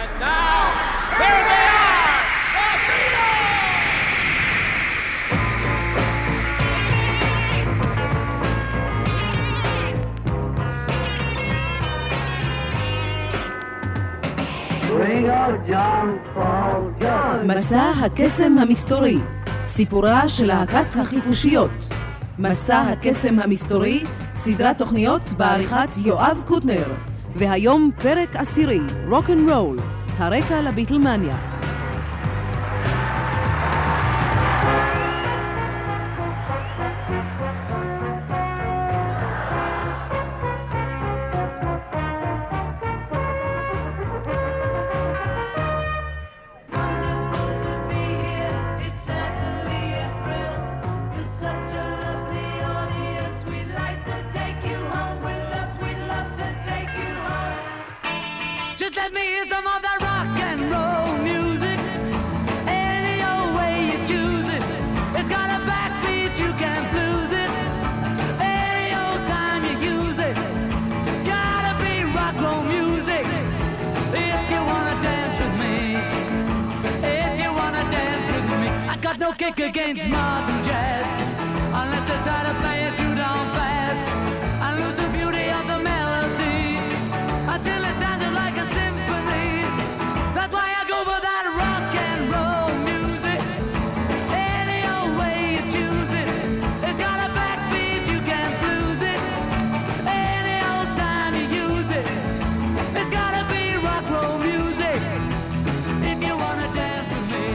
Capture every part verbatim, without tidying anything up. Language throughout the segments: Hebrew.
And now, here they are, the Beatles! Ring out John, Paul, John. מסע הקסם המסתורי, סיפורה של להקת החיפושיות. מסע הקסם המסתורי, סדרת תוכניות בעריכת יואב קוטנר. והיום פרק עשירי, רוק אנד רול, הרקע לביטלמניה. No kick against modern jazz unless you try to play it too down fast and lose the beauty of the melody until it sounds like a symphony. That's why I go for that rock and roll music. Any old way you choose it, it's got a backbeat, you can't lose it. Any old time you use it, it's gotta be rock roll music. If you wanna dance with me,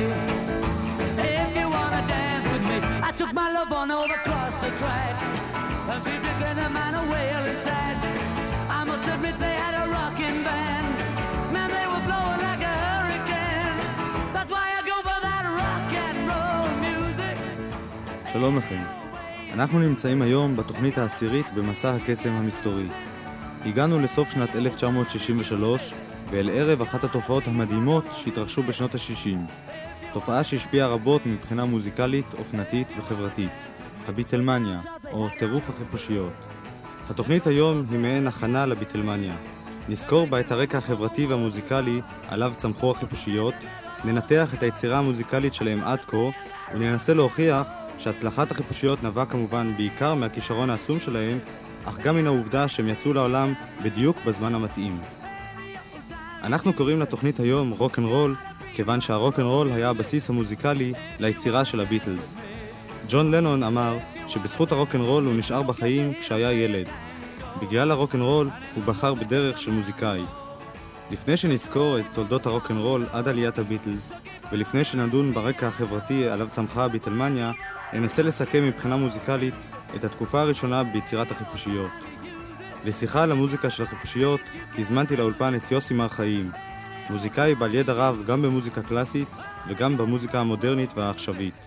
I took my love on over across the tracks and see if you get a man a whale inside. I must admit they had a rocking band. Man, they were blowing like a hurricane. That's why I go for that rock and roll music. שלום לכם. אנחנו נמצאים היום בתוכנית העשירית במסע הקסם המסתורי. הגענו לסוף שנת אלף תשע מאות שישים ושלוש ואל ערב אחת התופעות המדהימות שהתרחשו בשנות ה-שישים. תופעה שהשפיעה רבות מבחינה מוזיקלית, אופנתית וחברתית, הביטלמניה, או טירוף החיפושיות. התוכנית היום היא מעין הכנה לביטלמניה. נזכור בה את הרקע החברתי והמוזיקלי עליו צמחו החיפושיות, ננתח את היצירה המוזיקלית שלהם עד כה, וננסה להוכיח שהצלחת החיפושיות נבעה כמובן בעיקר מהכישרון העצום שלהם, אך גם מן העובדה שהם יצאו לעולם בדיוק בזמן המתאים. אנחנו קוראים לתוכנית היום רוק אנד רול, כיוון שהרוק אנד רול היה הבסיס המוזיקלי ליצירה של הביטלס. ג'ון לנון אמר שבזכות הרוק אנד רול הוא נשאר בחיים כשהיה ילד. בגלל הרוק אנד רול הוא בחר בדרך של מוזיקאי. לפני שנזכור את תולדות הרוק אנד רול עד עליית הביטלס, ולפני שנדון ברקע החברתי עליו צמחה הביטלמניה, ננסה לסכם מבחינה מוזיקלית את התקופה הראשונה ביצירת החיפושיות. לשיחה על המוזיקה של החיפושיות הזמנתי לאולפן את יוסי מר חיים, מוזיקאי בעל ידע רב גם במוזיקה קלאסית וגם במוזיקה המודרנית והעכשווית.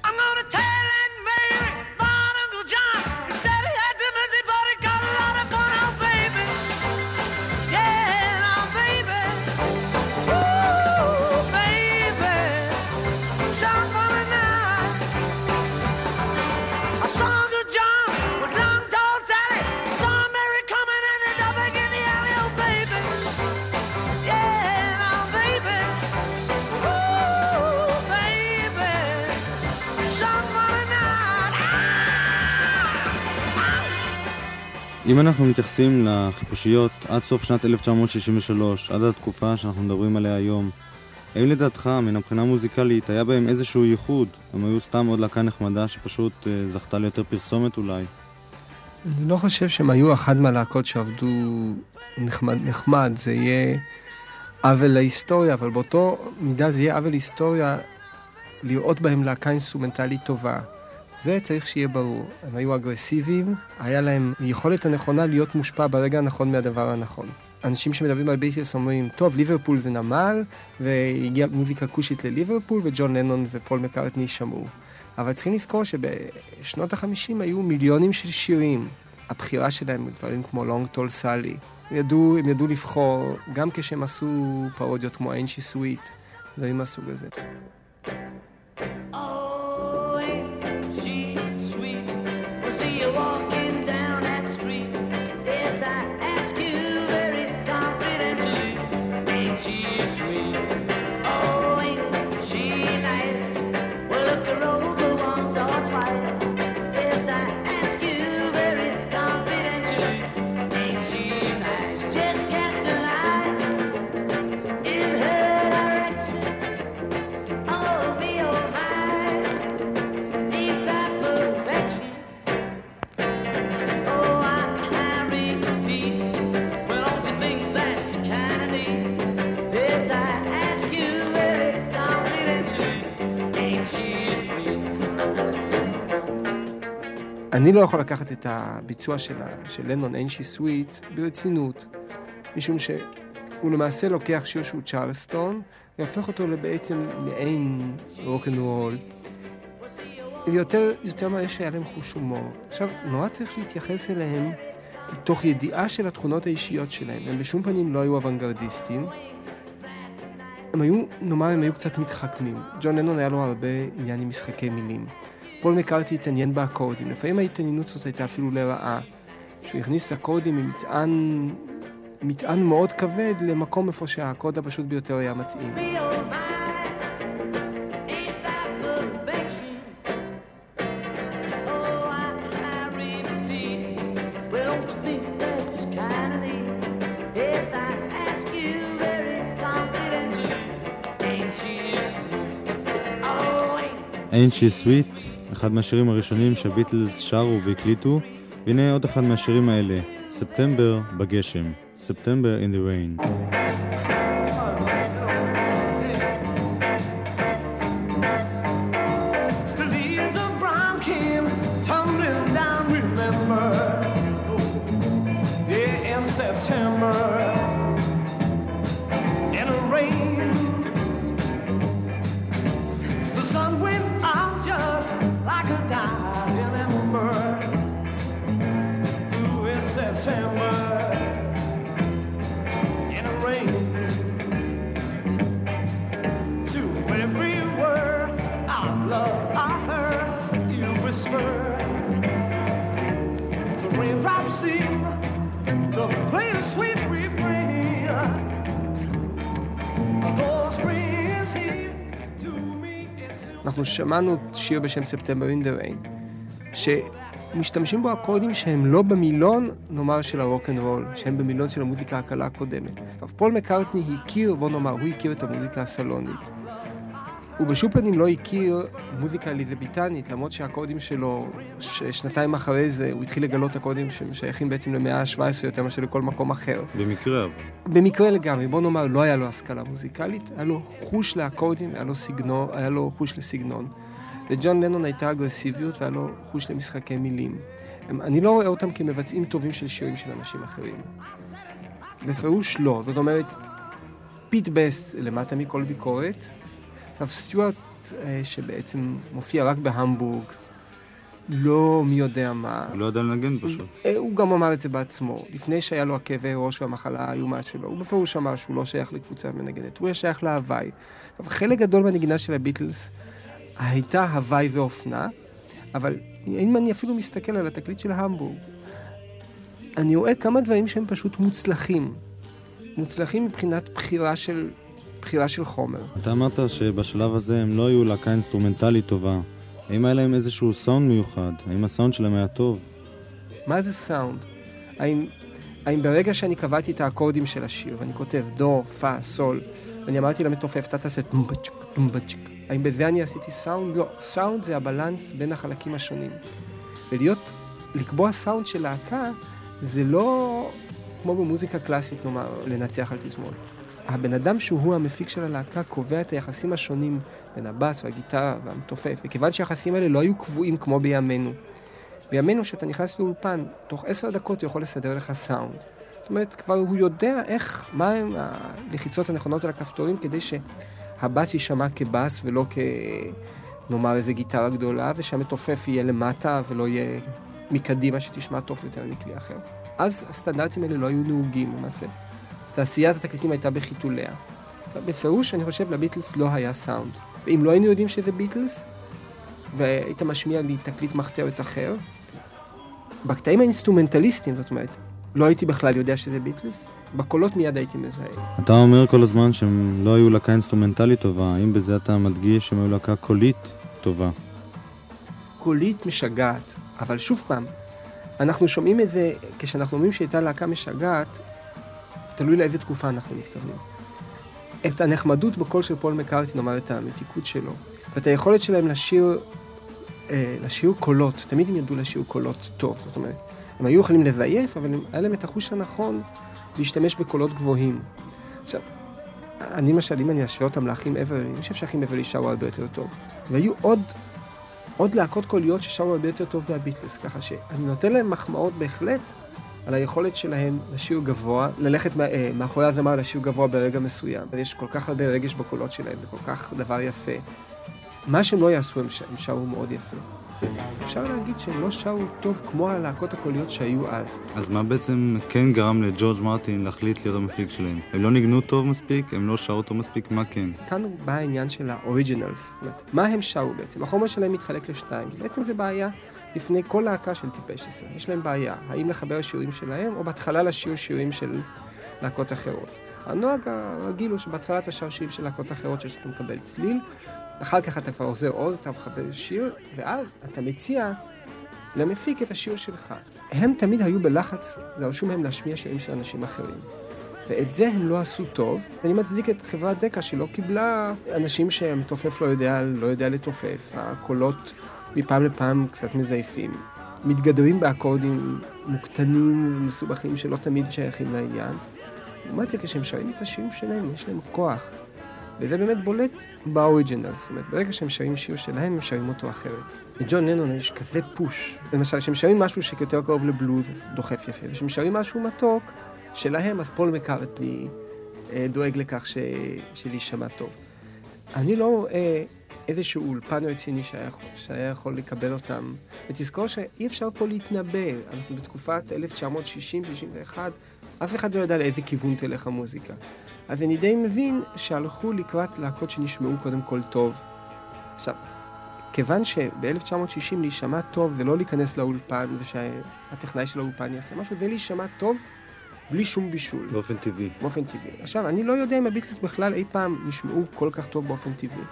אם אנחנו מתייחסים לחיפושיות עד סוף שנת אלף תשע מאות שישים ושלוש, עד התקופה שאנחנו מדברים עליה היום, האם לדעתך, מן הבחינה מוזיקלית, היה בהם איזשהו ייחוד? הם היו סתם עוד להקה נחמדה שפשוט uh, זכתה ליותר פרסומת אולי? אני לא חושב שהם היו אחד מהלהקות שעבדו נחמד, נחמד. זה יהיה עוול להיסטוריה, אבל באותו מידה זה יהיה עוול להיסטוריה לראות בהם להקה אינסטרומנטלית טובה. זה צריך שיהיה ברור. הם היו אגרסיביים, היה להם יכולת הנכונה להיות מושפע ברגע הנכון מהדבר הנכון. אנשים שמדברים על ביטלס אומרים, טוב, ליברפול זה נמל, והגיעה מוזיקה קושית לליברפול, וג'ון לנון ופול מקארטני שמעו. אבל צריכים לזכור שבשנות החמישים היו מיליונים של שירים. הבחירה שלהם, דברים כמו לונג טול סאלי. הם ידעו, הם ידעו לבחור, גם כשהם עשו פרודיות כמו איינשי סוויט, דברים מהסוג הזה. She's sweet. אני לא יכול לקחת את הביצוע של, של לנון, Ain't She Sweet, ברצינות, משום שהוא למעשה לוקח שיר שהוא צ'רלסטון, והופך אותו בעצם מעין רוק'נ'רול. יותר, יותר מה יש שהיה להם חוש הומור. עכשיו, נורא צריך להתייחס אליהם תוך ידיעה של התכונות האישיות שלהם. הם בשום פנים לא היו אוונגרדיסטים. הם היו, נאמר, הם היו קצת מתחכמים. ג'ון לנון היה לו הרבה עניין עם משחקי מילים. פול מקארטני התעניין באקורדים. לפעמים ההתעניינות הזאת הייתה אפילו לרעה. שהוא הכניס אקורדים עם מטען, מטען מאוד כבד למקום איפה שהאקורד הפשוט ביותר היה מתאים. Ain't She Sweet, אחד מהשירים הראשונים שהביטלס שרו והקליטו, והנה עוד אחד מהשירים האלה, ספטמבר בגשם, ספטמבר in the rain. אנחנו שמענו שיר בשם ספטמבר in the rain, שמשתמשים בו אקורדים שהם לא במילון, נאמר, של הרוק'נ'רול, שהם במילון של המוזיקה הקלה הקודמת. פול מקארטני הכיר, בוא נאמר, הוא הכיר את המוזיקה הסלונית. הוא בשום פנים לא הכיר מוזיקה אליזבתנית, למרות שהאקורדים שלו, שנתיים אחרי זה, הוא התחיל לגלות אקורדים ששייכים בעצם למאה ה-שבע עשרה יותר מאשר לכל מקום אחר. במקרה. במקרה לגמרי, בוא נאמר, לא היה לו השכלה מוזיקלית, היה לו חוש לאקורדים, היה לו סגנון, היה לו חוש לסגנון. לג'ון לנון הייתה אגרסיביות והיה לו חוש למשחקי מילים. אני לא רואה אותם כמבצעים טובים של שירים של אנשים אחרים. בפירוש לא, זאת אומרת, פיט בסט למטה מכל ביקורת, עכשיו, סטיוארט, שבעצם מופיע רק בהמבורג, לא מי יודע מה. הוא לא יודע לנגן פשוט. הוא גם אמר את זה בעצמו. לפני שהיה לו הכאבי ראש והמחלה האיומה שלו, הוא בפירוש אמר שהוא לא שייך לקבוצה מנגנת, הוא היה שייך להוואי. חלק גדול מהנגינה של הביטלס הייתה הוואי ואופנה, אבל אם אני אפילו מסתכל על התקליט של המבורג, אני רואה כמה דברים שהם פשוט מוצלחים. מוצלחים מבחינת בחירה של... בחירה של חומר. אתה אמרת שבשלב הזה הם לא היו להקה אינסטרומנטלית טובה. האם היה להם איזשהו סאונד מיוחד? האם הסאונד שלהם היה טוב? מה זה סאונד? האם, האם ברגע שאני קבעתי את האקורדים של השיר, ואני כותב דו, פא, סול, ואני אמרתי למתופף, אתה תעשה טומבצ'ק, טומבצ'ק. האם בזה אני עשיתי סאונד? לא. סאונד זה הבלנס בין החלקים השונים. ולהיות, לקבוע סאונד של להקה, זה לא כמו במוזיקה קלאסית, נאמר, לנצח על תזמון. הבן אדם שהוא המפיק של הלהקה קובע את היחסים השונים בין הבאס והגיטרה והמתופף, וכיוון שהיחסים האלה לא היו קבועים כמו בימינו. בימינו שאתה נכנס לאולפן, תוך עשר דקות הוא יכול לסדר לך סאונד. זאת אומרת, כבר הוא יודע איך, מה הם הלחיצות הנכונות על הכפתורים, כדי שהבאס יישמע כבאס ולא כנאמר איזה גיטרה גדולה, ושהמתופף יהיה למטה ולא יהיה מקדימה שתשמע טוב יותר מכלי אחר. אז הסטנדרטים האלה לא היו נהוגים למעשה. תעשיית התקליטים הייתה בחיתוליה. בפירוש, אני חושב, לביטלס לא היה סאונד. ואם לא היינו יודעים שזה ביטלס, והיית משמיע לי תקליט מחתרת אחר, בקטעים האינסטרומנטליסטיים, זאת אומרת, לא הייתי בכלל יודע שזה ביטלס, בקולות מיד הייתי מזהה. אתה אומר כל הזמן שהם לא היו להקה אינסטרומנטלית טובה, האם בזה אתה מדגיש שהם היו להקה קולית טובה? קולית משגעת, אבל שוב פעם, אנחנו שומעים את זה, כשאנחנו אומרים שהייתה להקה משגעת, תלוי לאיזה תקופה אנחנו מתכוונים. את הנחמדות בקול של פול מקארטני, נאמר את המתיקות שלו, ואת היכולת שלהם לשיר, אה, לשיר קולות, תמיד הם ידעו לשיר קולות טוב, זאת אומרת, הם היו יכולים לזייף, אבל היה להם את החוש הנכון להשתמש בקולות גבוהים. עכשיו, אני למשל, אם אני אשווה אותם לאחים אברלי, אני חושב שהאחים אברלי שרו הרבה יותר טוב. והיו עוד עוד להקות קוליות ששרו הרבה יותר טוב מהביטלס, ככה שאני נותן להם מחמאות בהחלט על היכולת שלהם לשיר גבוה, ללכת מאחורי הזמר לשיר גבוה ברגע מסוים. יש כל כך הרבה רגש בקולות שלהם, זה כל כך דבר יפה. מה שהם לא יעשו, הם, ש... הם שרו מאוד יפה. אפשר להגיד שהם לא שרו טוב כמו הלהקות הקוליות שהיו אז. אז מה בעצם כן גרם לג'ורג' מרטין להחליט להיות המפיק שלהם? הם לא ניגנו טוב מספיק? הם לא שרו טוב מספיק? מה כן? כאן בא העניין של האוריג'ינלס. מה הם שרו בעצם? החומר שלהם מתחלק לשתיים. בעצם זה בעיה לפני כל להקה של טיפש עשר. יש להם בעיה. האם לחבר שירים שלהם, או בהתחלה לשיר שירים של להקות אחרות. הנוהג הרגיל הוא שבהתחלה אתה שר שירים של להקות אחרות שאתה מקבל צליל, אחר כך אתה כבר עוזר עוז, אתה מחבר שיר, ואז אתה מציע למפיק את השיר שלך. הם תמיד היו בלחץ, דרשו מהם להשמיע שירים של אנשים אחרים. ואת זה הם לא עשו טוב, ואני מצדיק את חברת דקה שלא קיבלה אנשים שהמתופף לא יודע, לא יודע לתופף. הקולות מפעם לפעם קצת מזייפים. מתגדרים באקורדים מוקטנים ומסובכים שלא תמיד שייכים לעניין. לעומת זה, כשהם שרים את השירים שלהם, יש להם כוח. וזה באמת בולט באוריג'ינל. זאת אומרת, ברגע שהם שרים שיר שלהם, הם שרים אותו אחרת. לג'ון לנון יש כזה פוש. למשל, כשהם שרים משהו שיותר קרוב לבלוז, דוחף יפה. וכשהם שרים משהו מתוק שלהם, אז פול מקארטני דואג לכך ש... שלי שמע טוב. אני לא אה, איזשהו אולפן רציני שהיה יכול, שהיה יכול לקבל אותם. ותזכור שאי אפשר פה להתנבא. אנחנו בתקופת אלף תשע מאות שישים שישים ואחת, אף אחד לא יודע לאיזה כיוון תלך המוזיקה. אז אני די מבין שהלכו לקראת להקות שנשמעו קודם כל טוב. עכשיו, כיוון שב-אלף תשע מאות שישים להישמע טוב זה לא להיכנס לאולפן ושהטכנאי של האולפן יעשה משהו, זה להישמע טוב בלי שום בישול. באופן טבעי. באופן טבעי. עכשיו, אני לא יודע אם הביטלס בכלל אי פעם נשמעו כל כך טוב באופן טבעי.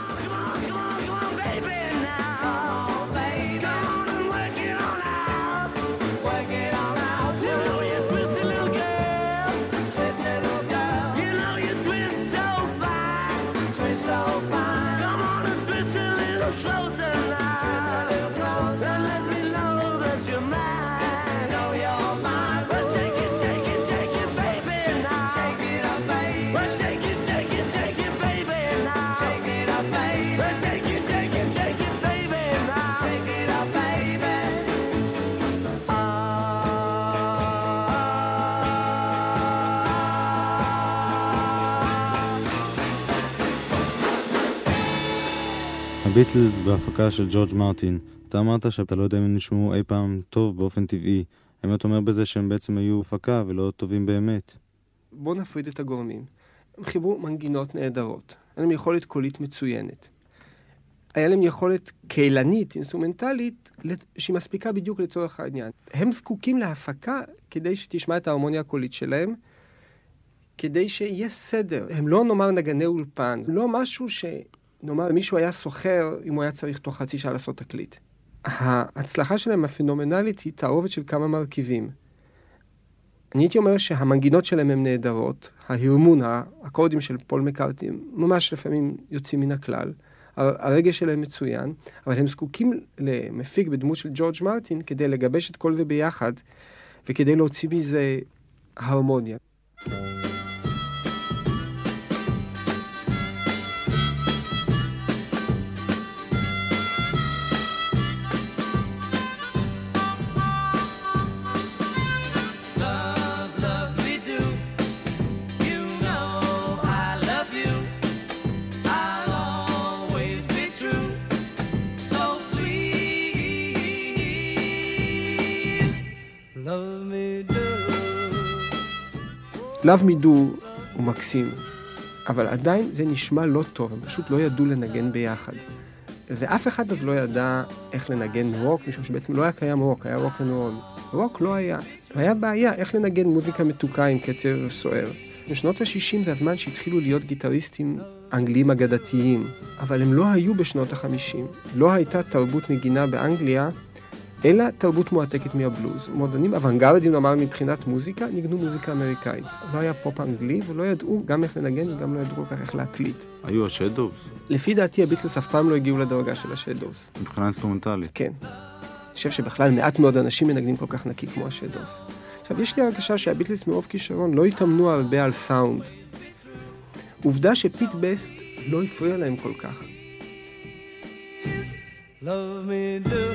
הביטלס בהפקה של ג'ורג' מרטין. אתה אמרת שאתה לא יודע אם הם נשמעו אי פעם טוב באופן טבעי. האם אתה אומר בזה שהם בעצם היו הפקה ולא טובים באמת? בוא נפריד את הגורמים. הם חיברו מנגינות נהדרות. היה להם יכולת קולית מצוינת. היה להם יכולת קהילנית, אינסטרומנטלית, שהיא מספיקה בדיוק לצורך העניין. הם זקוקים להפקה כדי שתשמע את ההרמוניה הקולית שלהם, כדי שיהיה סדר. הם לא נאמר נגני אולפן, לא משהו ש... נאמר, מישהו היה סוחר אם הוא היה צריך תוך חצי שעה לעשות תקליט. ההצלחה שלהם הפנומנלית היא תערובת של כמה מרכיבים. אני הייתי אומר שהמנגינות שלהם הן נהדרות, ההרמון, האקורדים של פול מקארטני, ממש לפעמים יוצאים מן הכלל, הרגש שלהם מצוין, אבל הם זקוקים למפיק בדמות של ג'ורג' מרטין כדי לגבש את כל זה ביחד, וכדי להוציא מזה הרמוניה. Love Me Do הוא מקסים, אבל עדיין זה נשמע לא טוב, הם פשוט לא ידעו לנגן ביחד. ואף אחד אז לא ידע איך לנגן רוק, משום שבעצם לא היה קיים רוק, היה רוק אנד רול. רוק לא היה. היה בעיה איך לנגן מוזיקה מתוקה עם קצב סוער. בשנות ה-שישים זה הזמן שהתחילו להיות גיטריסטים אנגלים אגדתיים, אבל הם לא היו בשנות ה-חמישים. לא הייתה תרבות נגינה באנגליה, אלא תרבות מועתקת מהבלוז. מודרנים אוונגרדים, נאמר מבחינת מוזיקה, ניגנו מוזיקה אמריקאית. לא היה פופ אנגלי, ולא ידעו גם איך לנגן, וגם לא ידעו כל כך איך להקליט. היו השדוס? לפי דעתי, הביטלס אף פעם לא הגיעו לדרגה של השדוס. מבחינה אינסטרומנטלית? כן. אני חושב שבכלל מעט מאוד אנשים מנגנים כל כך נקי כמו השדוס. עכשיו, יש לי הרגשה שהביטלס מרוב כישרון לא התאמנו הרבה על סאונד. עובדה שפיט בסט לא הפריע להם כל כך. Love me do.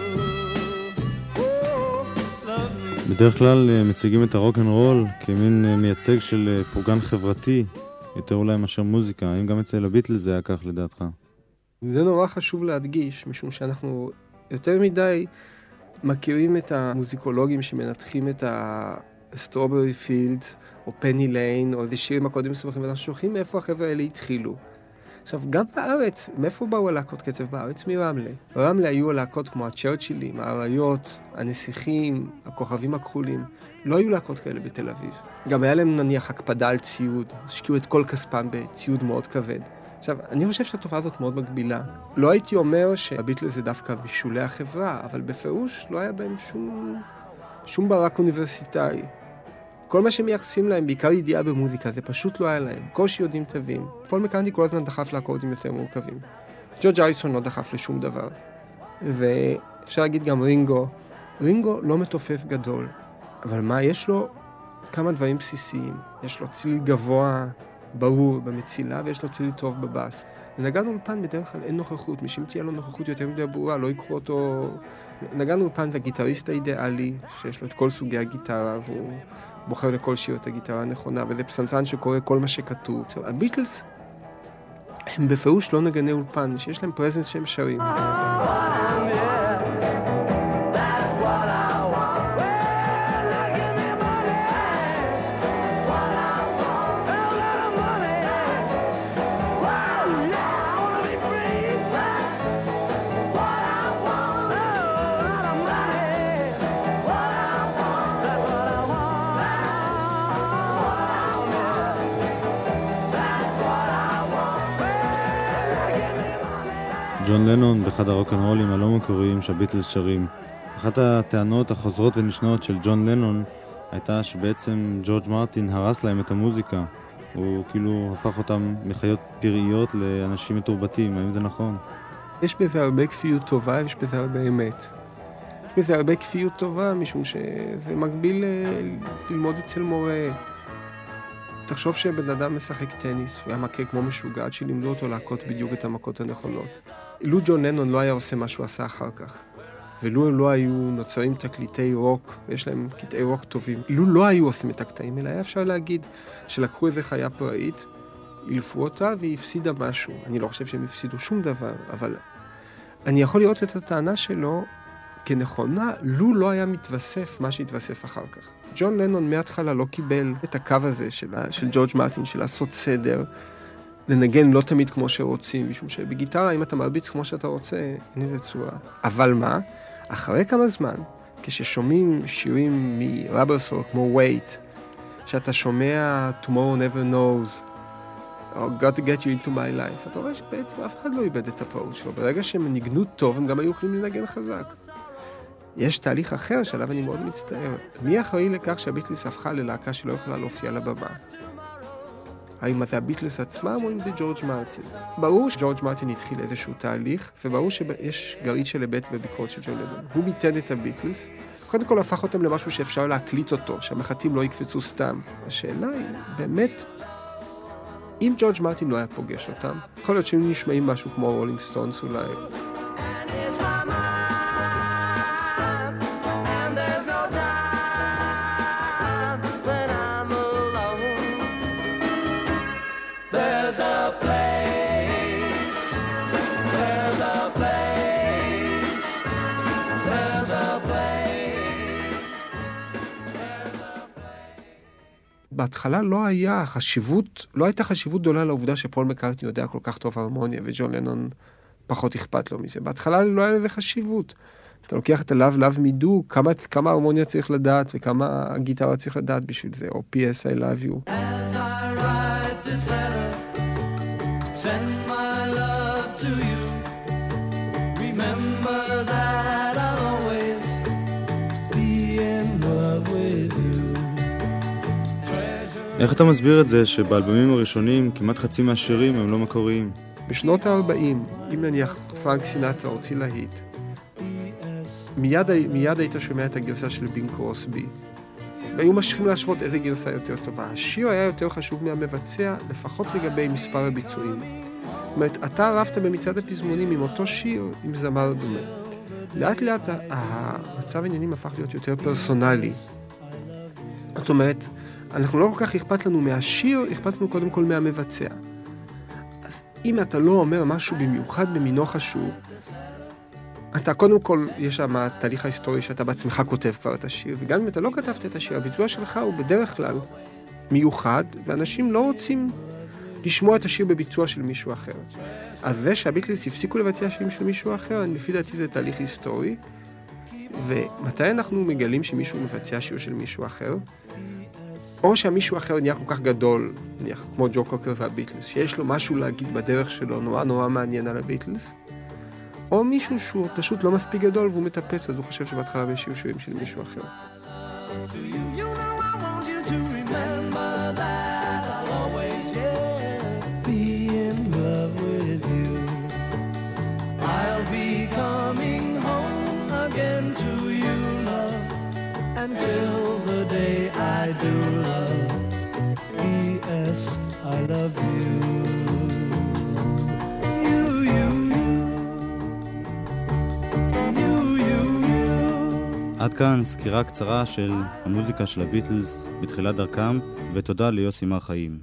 בדרך כלל מציגים את הרוק אנד רול כמין מייצג של פורגן חברתי, יותר אולי מאשר מוזיקה. האם גם אצל הביטלס זה היה כך לדעתך? זה נורא חשוב להדגיש, משום שאנחנו יותר מדי מכירים את המוזיקולוגים שמנתחים את הסטרוברי פילדס, או פני ליין, או איזה שירים הקודם מסובכים, ואנחנו שוכחים מאיפה החבר'ה האלה התחילו. עכשיו, גם בארץ, מאיפה באו הלהקות קצב בארץ? מרמלה. ברמלה היו הלהקות כמו הצ'רצ'ילים, האריות, הנסיכים, הכוכבים הכחולים. לא היו להקות כאלה בתל אביב. גם היה להם נניח הקפדה על ציוד, השקיעו את כל כספם בציוד מאוד כבד. עכשיו, אני חושב שהתופעה הזאת מאוד מגבילה. לא הייתי אומר שהביטלס זה דווקא בשולי החברה, אבל בפירוש לא היה בהם שום, שום ברק אוניברסיטאי. כל מה שמייחסים להם, בעיקר ידיעה במוזיקה, זה פשוט לא היה להם. קושי יודעים טובים. פול מקארטני כל הזמן דחף לאקורדים יותר מורכבים. ג'ורג' אריסון לא דחף לשום דבר. ואפשר להגיד גם רינגו. רינגו לא מתופף גדול, אבל מה, יש לו כמה דברים בסיסיים. יש לו ציל גבוה ברור במצילה, ויש לו ציל טוב בבאס. לנגן אולפן בדרך כלל אין נוכחות. מי שאם תהיה לו נוכחות יותר מדי ברורה, לא יקחו אותו. נגן אולפן זה הגיטריסט האידיאלי, שיש לו את כל סוגי הגיטרה, והוא בוחר לכל שיר את הגיטרה הנכונה, וזה פסנתרן שקורא כל מה שכתוב. עכשיו, הביטלס הם בפירוש לא נגני אולפן, שיש להם פרזנס שהם שרים. ג'ון לנון באחד הרוק'נ'רולים הלא מקוריים שהביטלס שרים. אחת הטענות החוזרות ונשנות של ג'ון לנון הייתה שבעצם ג'ורג' מרטין הרס להם את המוזיקה. הוא כאילו הפך אותם מחיות פראיות לאנשים מתורבתים. האם זה נכון? יש בזה הרבה כפיות טובה, יש בזה הרבה אמת. יש בזה הרבה כפיות טובה, משום שזה מקביל ללמוד אצל מורה. תחשוב שבן אדם משחק טניס והמכה כמו משוגע עד שלימדו אותו להכות בדיוק את המכות הנכונות. לו ג'ון לנון לא היה עושה מה שהוא עשה אחר כך, ולו לא היו נוצרים תקליטי רוק, ויש להם קטעי רוק טובים, לו לא היו עושים את הקטעים, אלא היה אפשר להגיד שלקחו איזה חיה פראית, ילפו אותה והיא הפסידה משהו. אני לא חושב שהם הפסידו שום דבר, אבל אני יכול לראות את הטענה שלו כנכונה, לו לא היה מתווסף מה שהתווסף אחר כך. ג'ון לנון מההתחלה לא קיבל את הקו הזה של, של ג'ורג' מרטין, של לעשות סדר, לנגן לא תמיד כמו שרוצים, משום שבגיטרה, אם אתה מרביץ כמו שאתה רוצה, אין איזה צורה. אבל מה? אחרי כמה זמן, כששומעים שירים מרברסור, כמו Wait, שאתה שומע Tomorrow Never Knows, או Got to Get You Into My Life, אתה רואה שבעצם אף אחד לא איבד את הפעול שלו. ברגע שהם ניגנו טוב, הם גם היו יכולים לנגן חזק. יש תהליך אחר שעליו אני מאוד מצטער. מי אחראי לכך שהביטלס הפכה ללהקה שלא יכולה להופיע לבמה? האם זה הביטלס עצמם או אם זה ג'ורג' מרטין? ברור שג'ורג' מרטין התחיל איזשהו תהליך, וברור שיש גרעין של היבט בביקורת של ג'ון לנון. הוא ביטל את הביטלס, קודם כל הפך אותם למשהו שאפשר להקליט אותו, שהמחטים לא יקפצו סתם. השאלה היא, באמת, אם ג'ורג' מרטין לא היה פוגש אותם, יכול להיות שהם נשמעים משהו כמו רולינג סטונס אולי. בהתחלה לא היה חשיבות, לא הייתה חשיבות גדולה לעובדה שפול מקארטני יודע כל כך טוב הרמוניה, וג'ון לנון פחות אכפת לו מזה. בהתחלה לא היה לזה חשיבות. אתה לוקח את הלאו לאו מידו, כמה, כמה הרמוניה צריך לדעת, וכמה הגיטרה צריך לדעת בשביל זה, או פי אס I love you. As I write this letter, send my love to you. Remember that I'll always be in love with you. איך אתה מסביר את זה שבאלבומים הראשונים כמעט חצי מהשירים הם לא מקוריים? בשנות ה-ארבעים, אם נניח פרנק סינטרה הוציא להיט, מיד, מיד היית שומע את הגרסה של בין קרוסבי. והיו משכים להשוות איזה גרסה יותר טובה. השיר היה יותר חשוב מהמבצע, לפחות לגבי מספר הביצועים. זאת אומרת, אתה רבת במצעד הפזמונים עם אותו שיר, עם זמר דומה. לאט לאט המצב העניינים הפך להיות יותר פרסונלי. זאת אומרת, אנחנו לא כל כך אכפת לנו מהשיר, אכפת לנו קודם כל מהמבצע. אז אם אתה לא אומר משהו במיוחד במינו חשוב, אתה קודם כל, יש שם התהליך ההיסטורי שאתה בעצמך כותב כבר את השיר, וגם אם אתה לא כתבת את השיר, הביצוע שלך הוא בדרך כלל מיוחד, ואנשים לא רוצים לשמוע את השיר בביצוע של מישהו אחר. אז זה שהביטלס הפסיקו לבצע שירים של מישהו אחר, אני לפי דעתי זה תהליך היסטורי, ומתי אנחנו מגלים שמישהו מבצע שיר של מישהו אחר? או שהמישהו אחר נהיה כל כך גדול, נהיה כמו ג'ו קוקר והביטלס, שיש לו משהו להגיד בדרך שלו, נורא נורא מעניין על הביטלס, או מישהו שהוא פשוט לא מספיק גדול והוא מטפס, אז הוא חושב שבהתחלה וישיו שירים של מישהו אחר. I'll be coming home again to you, love, until the day I do, love. P S I love you. You, you, you, you, you. עד כאן סקירה קצרה של המוזיקה של הביטלס בתחילת דרכם, ותודה ליוסי מר חיים.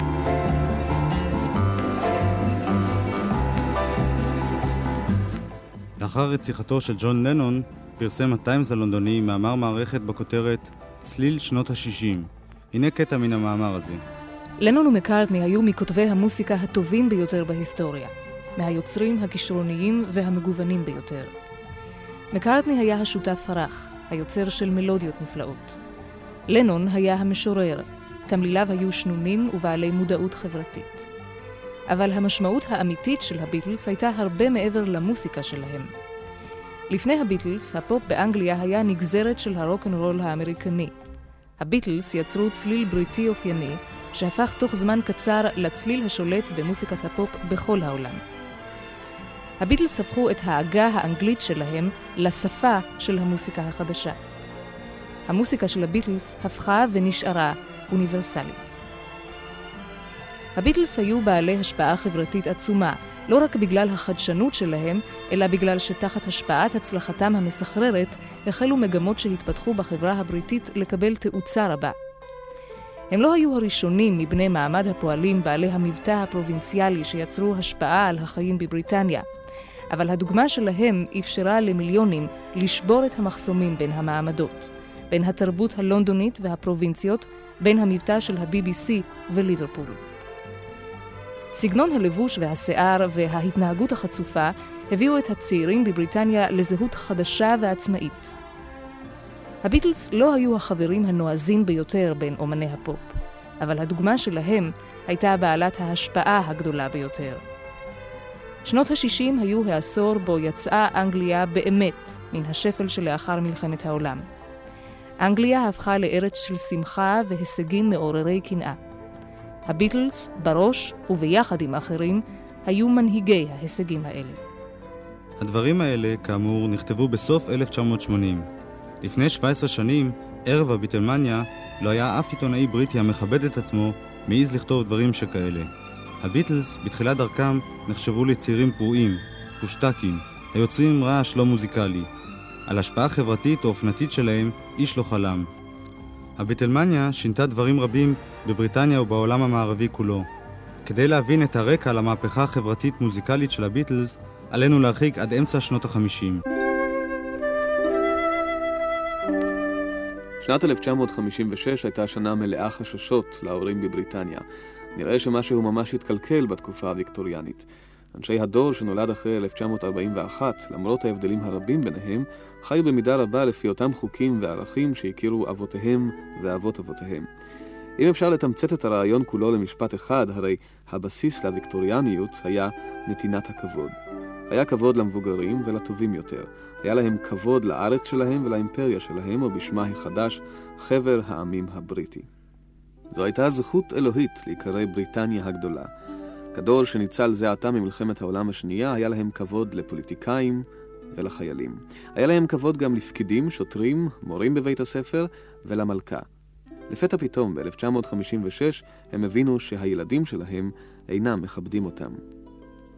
לאחר רציחתו של ג'ון לנון, פרסם הטיימס הלונדוני מאמר מערכת בכותרת צליל שנות ה-שישים. הנה קטע מן המאמר הזה. לנון ומקארטני היו מכותבי המוסיקה הטובים ביותר בהיסטוריה, מהיוצרים הכישרוניים והמגוונים ביותר. מקארטני היה השותף הרך, היוצר של מלודיות נפלאות. לנון היה המשורר, תמליליו היו שנונים ובעלי מודעות חברתית. אבל המשמעות האמיתית של הביטלס הייתה הרבה מעבר למוסיקה שלהם. לפני הביטלס, הפופ באנגליה היה נגזרת של הרוק-אנד-רול האמריקני. הביטלס יצרו צליל בריטי אופייני, שהפך תוך זמן קצר לצליל השולט במוסיקת הפופ בכל העולם. הביטלס הפכו את העגה האנגלית שלהם לשפה של המוסיקה החדשה. המוסיקה של הביטלס הפכה ונשארה אוניברסלית. הביטלס היו בעלי השפעה חברתית עצומה, לא רק בגלל החדשנות שלהם, אלא בגלל שתחת השפעת הצלחתם המסחררת, החלו מגמות שהתפתחו בחברה הבריטית לקבל תאוצה רבה. הם לא היו הראשונים מבני מעמד הפועלים בעלי המבטא הפרובינציאלי שיצרו השפעה על החיים בבריטניה, אבל הדוגמה שלהם אפשרה למיליונים לשבור את המחסומים בין המעמדות, בין התרבות הלונדונית והפרובינציות, בין המבטא של ה-בי בי סי וליברפול. סגנון הלבוש והשיער וההתנהגות החצופה הביאו את הצעירים בבריטניה לזהות חדשה ועצמאית. הביטלס לא היו החברים הנועזים ביותר בין אומני הפופ, אבל הדוגמה שלהם הייתה בעלת ההשפעה הגדולה ביותר. שנות ה-שישים היו העשור בו יצאה אנגליה באמת מן השפל שלאחר מלחמת העולם. אנגליה הפכה לארץ של שמחה והישגים מעוררי קנאה. הביטלס, בראש וביחד עם אחרים, היו מנהיגי ההישגים האלה. הדברים האלה, כאמור, נכתבו בסוף אלף תשע מאות שמונים. לפני שבע עשרה שנים, ערב הביטלמניה, לא היה אף עיתונאי בריטי המכבד את עצמו מעיז לכתוב דברים שכאלה. הביטלס, בתחילת דרכם, נחשבו לצעירים פרועים, פושטקים, היוצרים רעש לא מוזיקלי. על השפעה חברתית או אופנתית שלהם, איש לא חלם. הביטלמניה שינתה דברים רבים בבריטניה ובעולם המערבי כולו. כדי להבין את הרקע למהפכה החברתית מוזיקלית של הביטלס, עלינו להרחיק עד אמצע שנות החמישים. שנת אלף תשע מאות חמישים ושש הייתה שנה מלאה חששות להורים בבריטניה. נראה שמשהו ממש התקלקל בתקופה הוויקטוריאנית. אנשי הדור שנולד אחרי אלף תשע מאות ארבעים ואחת, למרות ההבדלים הרבים ביניהם, חיו במידה רבה לפי אותם חוקים וערכים שהכירו אבותיהם ואבות אבותיהם. אם אפשר לתמצת את הרעיון כולו למשפט אחד, הרי הבסיס לוויקטוריאניות היה נתינת הכבוד. היה כבוד למבוגרים ולטובים יותר. היה להם כבוד לארץ שלהם ולאימפריה שלהם, או בשמה החדש, חבר העמים הבריטי. זו הייתה זכות אלוהית להיקרא בריטניה הגדולה. כדור שניצל זה עתה ממלחמת העולם השנייה, היה להם כבוד לפוליטיקאים ולחיילים. היה להם כבוד גם לפקידים, שוטרים, מורים בבית הספר ולמלכה. לפתע פתאום, ב-אלף תשע מאות חמישים ושש, הם הבינו שהילדים שלהם אינם מכבדים אותם.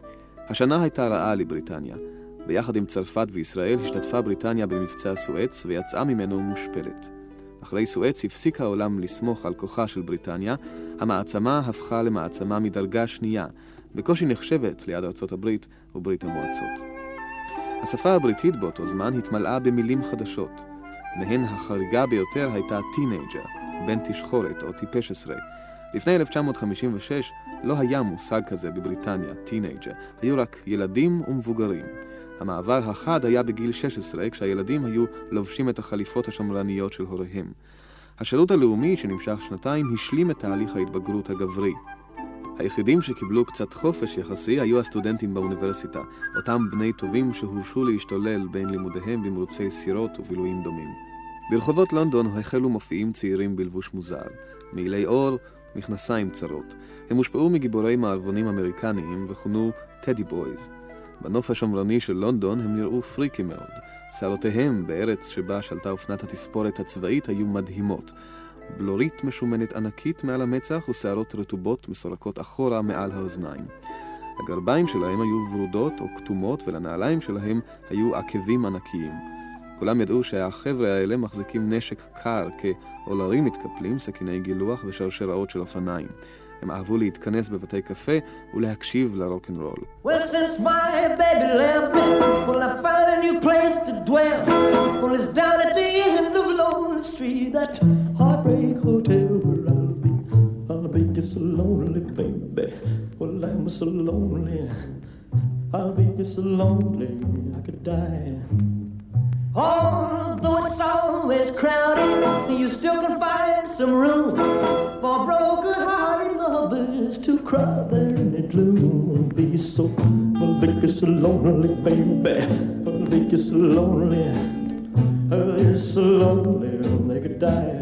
השנה הייתה רעה לבריטניה. ביחד עם צרפת וישראל השתתפה בריטניה במבצע סואץ ויצאה ממנו מושפלת. אחרי סואץ הפסיק העולם לסמוך על כוחה של בריטניה, המעצמה הפכה למעצמה מדרגה שנייה, בקושי נחשבת ליד ארצות הברית וברית המועצות. השפה הבריטית באותו זמן התמלאה במילים חדשות. מהן החריגה ביותר הייתה טינג'ר, בן תשחורת או טיפש עשרה. לפני אלף תשע מאות חמישים ושש לא היה מושג כזה בבריטניה, טינג'ר, היו רק ילדים ומבוגרים. המעבר החד היה בגיל שש עשרה, כשהילדים היו לובשים את החליפות השמרניות של הוריהם. השירות הלאומי שנמשך שנתיים השלים את תהליך ההתבגרות הגברי. היחידים שקיבלו קצת חופש יחסי היו הסטודנטים באוניברסיטה, אותם בני טובים שהורשו להשתולל בין לימודיהם במרוצי סירות ובילויים דומים. ברחובות לונדון החלו מופיעים צעירים בלבוש מוזר, מעילי אור, מכנסיים צרות. הם הושפעו מגיבורי מערבונים אמריקניים וכונו טדי בויז. בנוף השמרני של לונדון הם נראו פריקים מאוד. שערותיהם בארץ שבה שלטה אופנת התספורת הצבאית היו מדהימות. בלורית משומנת ענקית מעל המצח ושערות רטובות מסורקות אחורה מעל האוזניים. הגרביים שלהם היו ורודות או כתומות ולנעליים שלהם היו עקבים ענקיים. כולם ידעו שהחבר'ה האלה מחזיקים נשק קר כאולרים מתקפלים, סכיני גילוח ושרשראות של אופניים. הם אהבו להתכנס בבתי קפה ולהקשיב לרוק'נ'רול. Well, since my baby left me, well, I found a new place to dwell. Well, it's down at the end of Lonely Street, that Heartbreak Hotel where I'll be. I'll be just so lonely, baby. Well, I'm so lonely. I'll be just so lonely, I could die. Although it's always crowded, you still can find some room for broken-hearted lovers to cry there in the gloom. Be so, well, be so lonely, baby. Well, be so lonely. Oh, you're so lonely, they could die.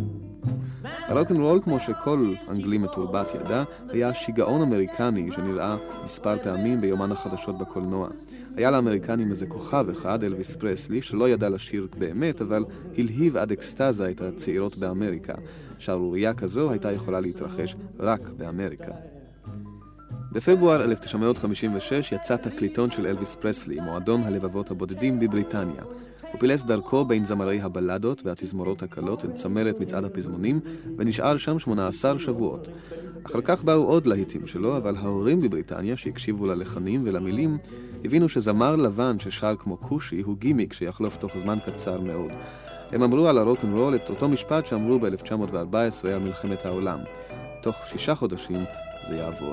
הרוק'נ'רול, כמו שכל אנגלי מתורבת ידע, היה שיגעון אמריקני שנראה מספר פעמים ביומן החדשות בקולנוע. היה לאמריקנים איזה כוכב אחד, אלוויס פרסלי, שלא ידע לשיר באמת, אבל הלהיב עד אקסטזה את הצעירות באמריקה. שערורייה כזו הייתה יכולה להתרחש רק באמריקה. בפברואר אלף תשע מאות חמישים ושש יצא תקליטון של אלוויס פרסלי, מועדון הלבבות הבודדים בבריטניה. הוא פילס דרכו בין זמרי הבלדות והתזמורות הקלות אל צמרת מצעד הפזמונים, ונשאר שם שמונה עשר שבועות. אחר כך באו עוד להיטים שלו, אבל ההורים בבריטניה שהקשיבו ללחנים ולמילים, הבינו שזמר לבן ששר כמו קושי הוא גימיק שיחלוף תוך זמן קצר מאוד. הם אמרו על הרוק'נ'רול את אותו משפט שאמרו ב-אלף תשע מאות וארבע עשרה על מלחמת העולם. תוך שישה חודשים זה יעבור.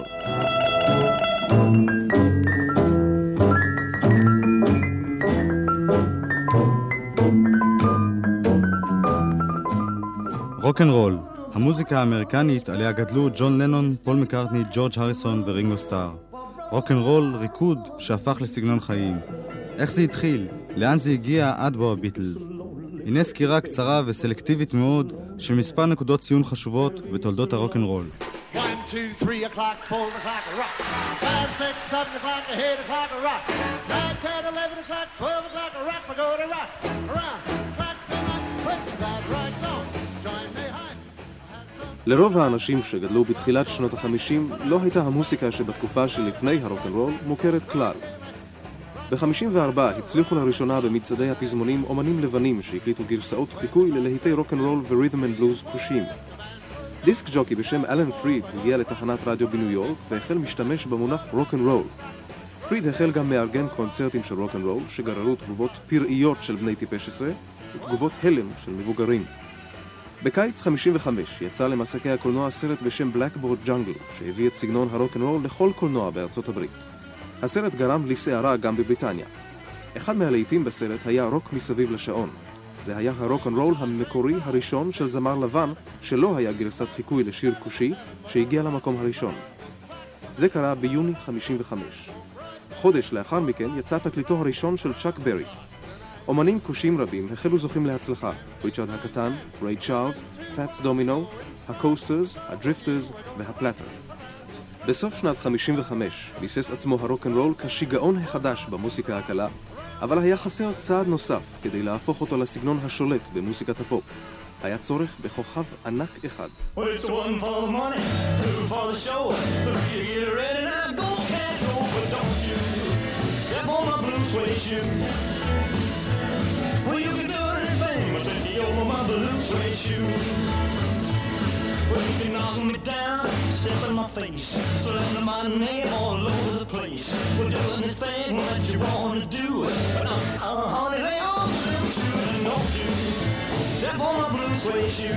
רוק'נ'רול, המוזיקה האמריקנית עליה גדלו ג'ון לנון, פול מקארטני, ג'ורג' הריסון ורינגו סטאר. רוק'נ'רול, ריקוד שהפך לסגנון חיים. איך זה התחיל? לאן זה הגיע עד בו הביטלס? הנה סקירה קצרה וסלקטיבית מאוד של מספר נקודות ציון חשובות בתולדות הרוק'נ'רול. one, two, three o'clock, four o'clock, rock. five, six, seven o'clock, eight o'clock, rock. nine, ten, eleven o'clock, twelve o'clock, rock. We're going to rock around. Clock to night, put that right on. Join me high. לרוב האנשים שגדלו בתחילת שנות החמישים לא הייתה המוסיקה שבתקופה שלפני הרוק'נ'רול מוכרת כלל. ב-חמישים וארבע הצליחו לראשונה במצעדי הפזמונים אומנים לבנים שהקליטו גרסאות חיקוי ללהיטי רוק'נ'רול ורית'ם אנד בלוז כושים. דיסק ג'וקי בשם אלן פריד הגיע לתחנת רדיו בניו יורק והחל משתמש במונח רוק'נ'רול. פריד החל גם מארגן קונצרטים של רוק'נ'רול שגררו תגובות פראיות של בני טיפש עשרה ותגובות הלם של מבוגרים. בקיץ חמישים וחמש יצא למסקי הקולנוע סרט בשם בלקבורד ג'אנגל שהביא את סגנון הרוק'נ'רול לכל קולנוע בארצות הברית. הסרט גרם לסערה גם בבריטניה. אחד מהלהיטים בסרט היה רוק מסביב לשעון. זה היה הרוק'נ'רול המקורי הראשון של זמר לבן שלא היה גרסת חיקוי לשיר קושי שהגיע למקום הראשון. זה קרה ביוני חמישים וחמש. חודש לאחר מכן יצא תקליטו הראשון של צ'אק ברי. אומנים קושים רבים החלו זוכים להצלחה, ריצ'רד הקטן, ריי צ'ארלס, פאטס דומינו, הקוסטרס, הדריפטרס והפלטר. בסוף שנת חמישים וחמש ביסס עצמו הרוק'נ'רול כשיגעון החדש במוסיקה הקלה, אבל היה חסר צעד נוסף כדי להפוך אותו לסגנון השולט במוסיקת הפופ. היה צורך בכוכב ענק אחד. blue suede shoe. Well, you can do anything but take me over my blue suede shoe. Well, you can knock me down, step in my face, slander my name all over the place. Well, do anything that you want to do, but I'm, I'm honey, lay on the blue shoe and don't you step on my blue suede shoe.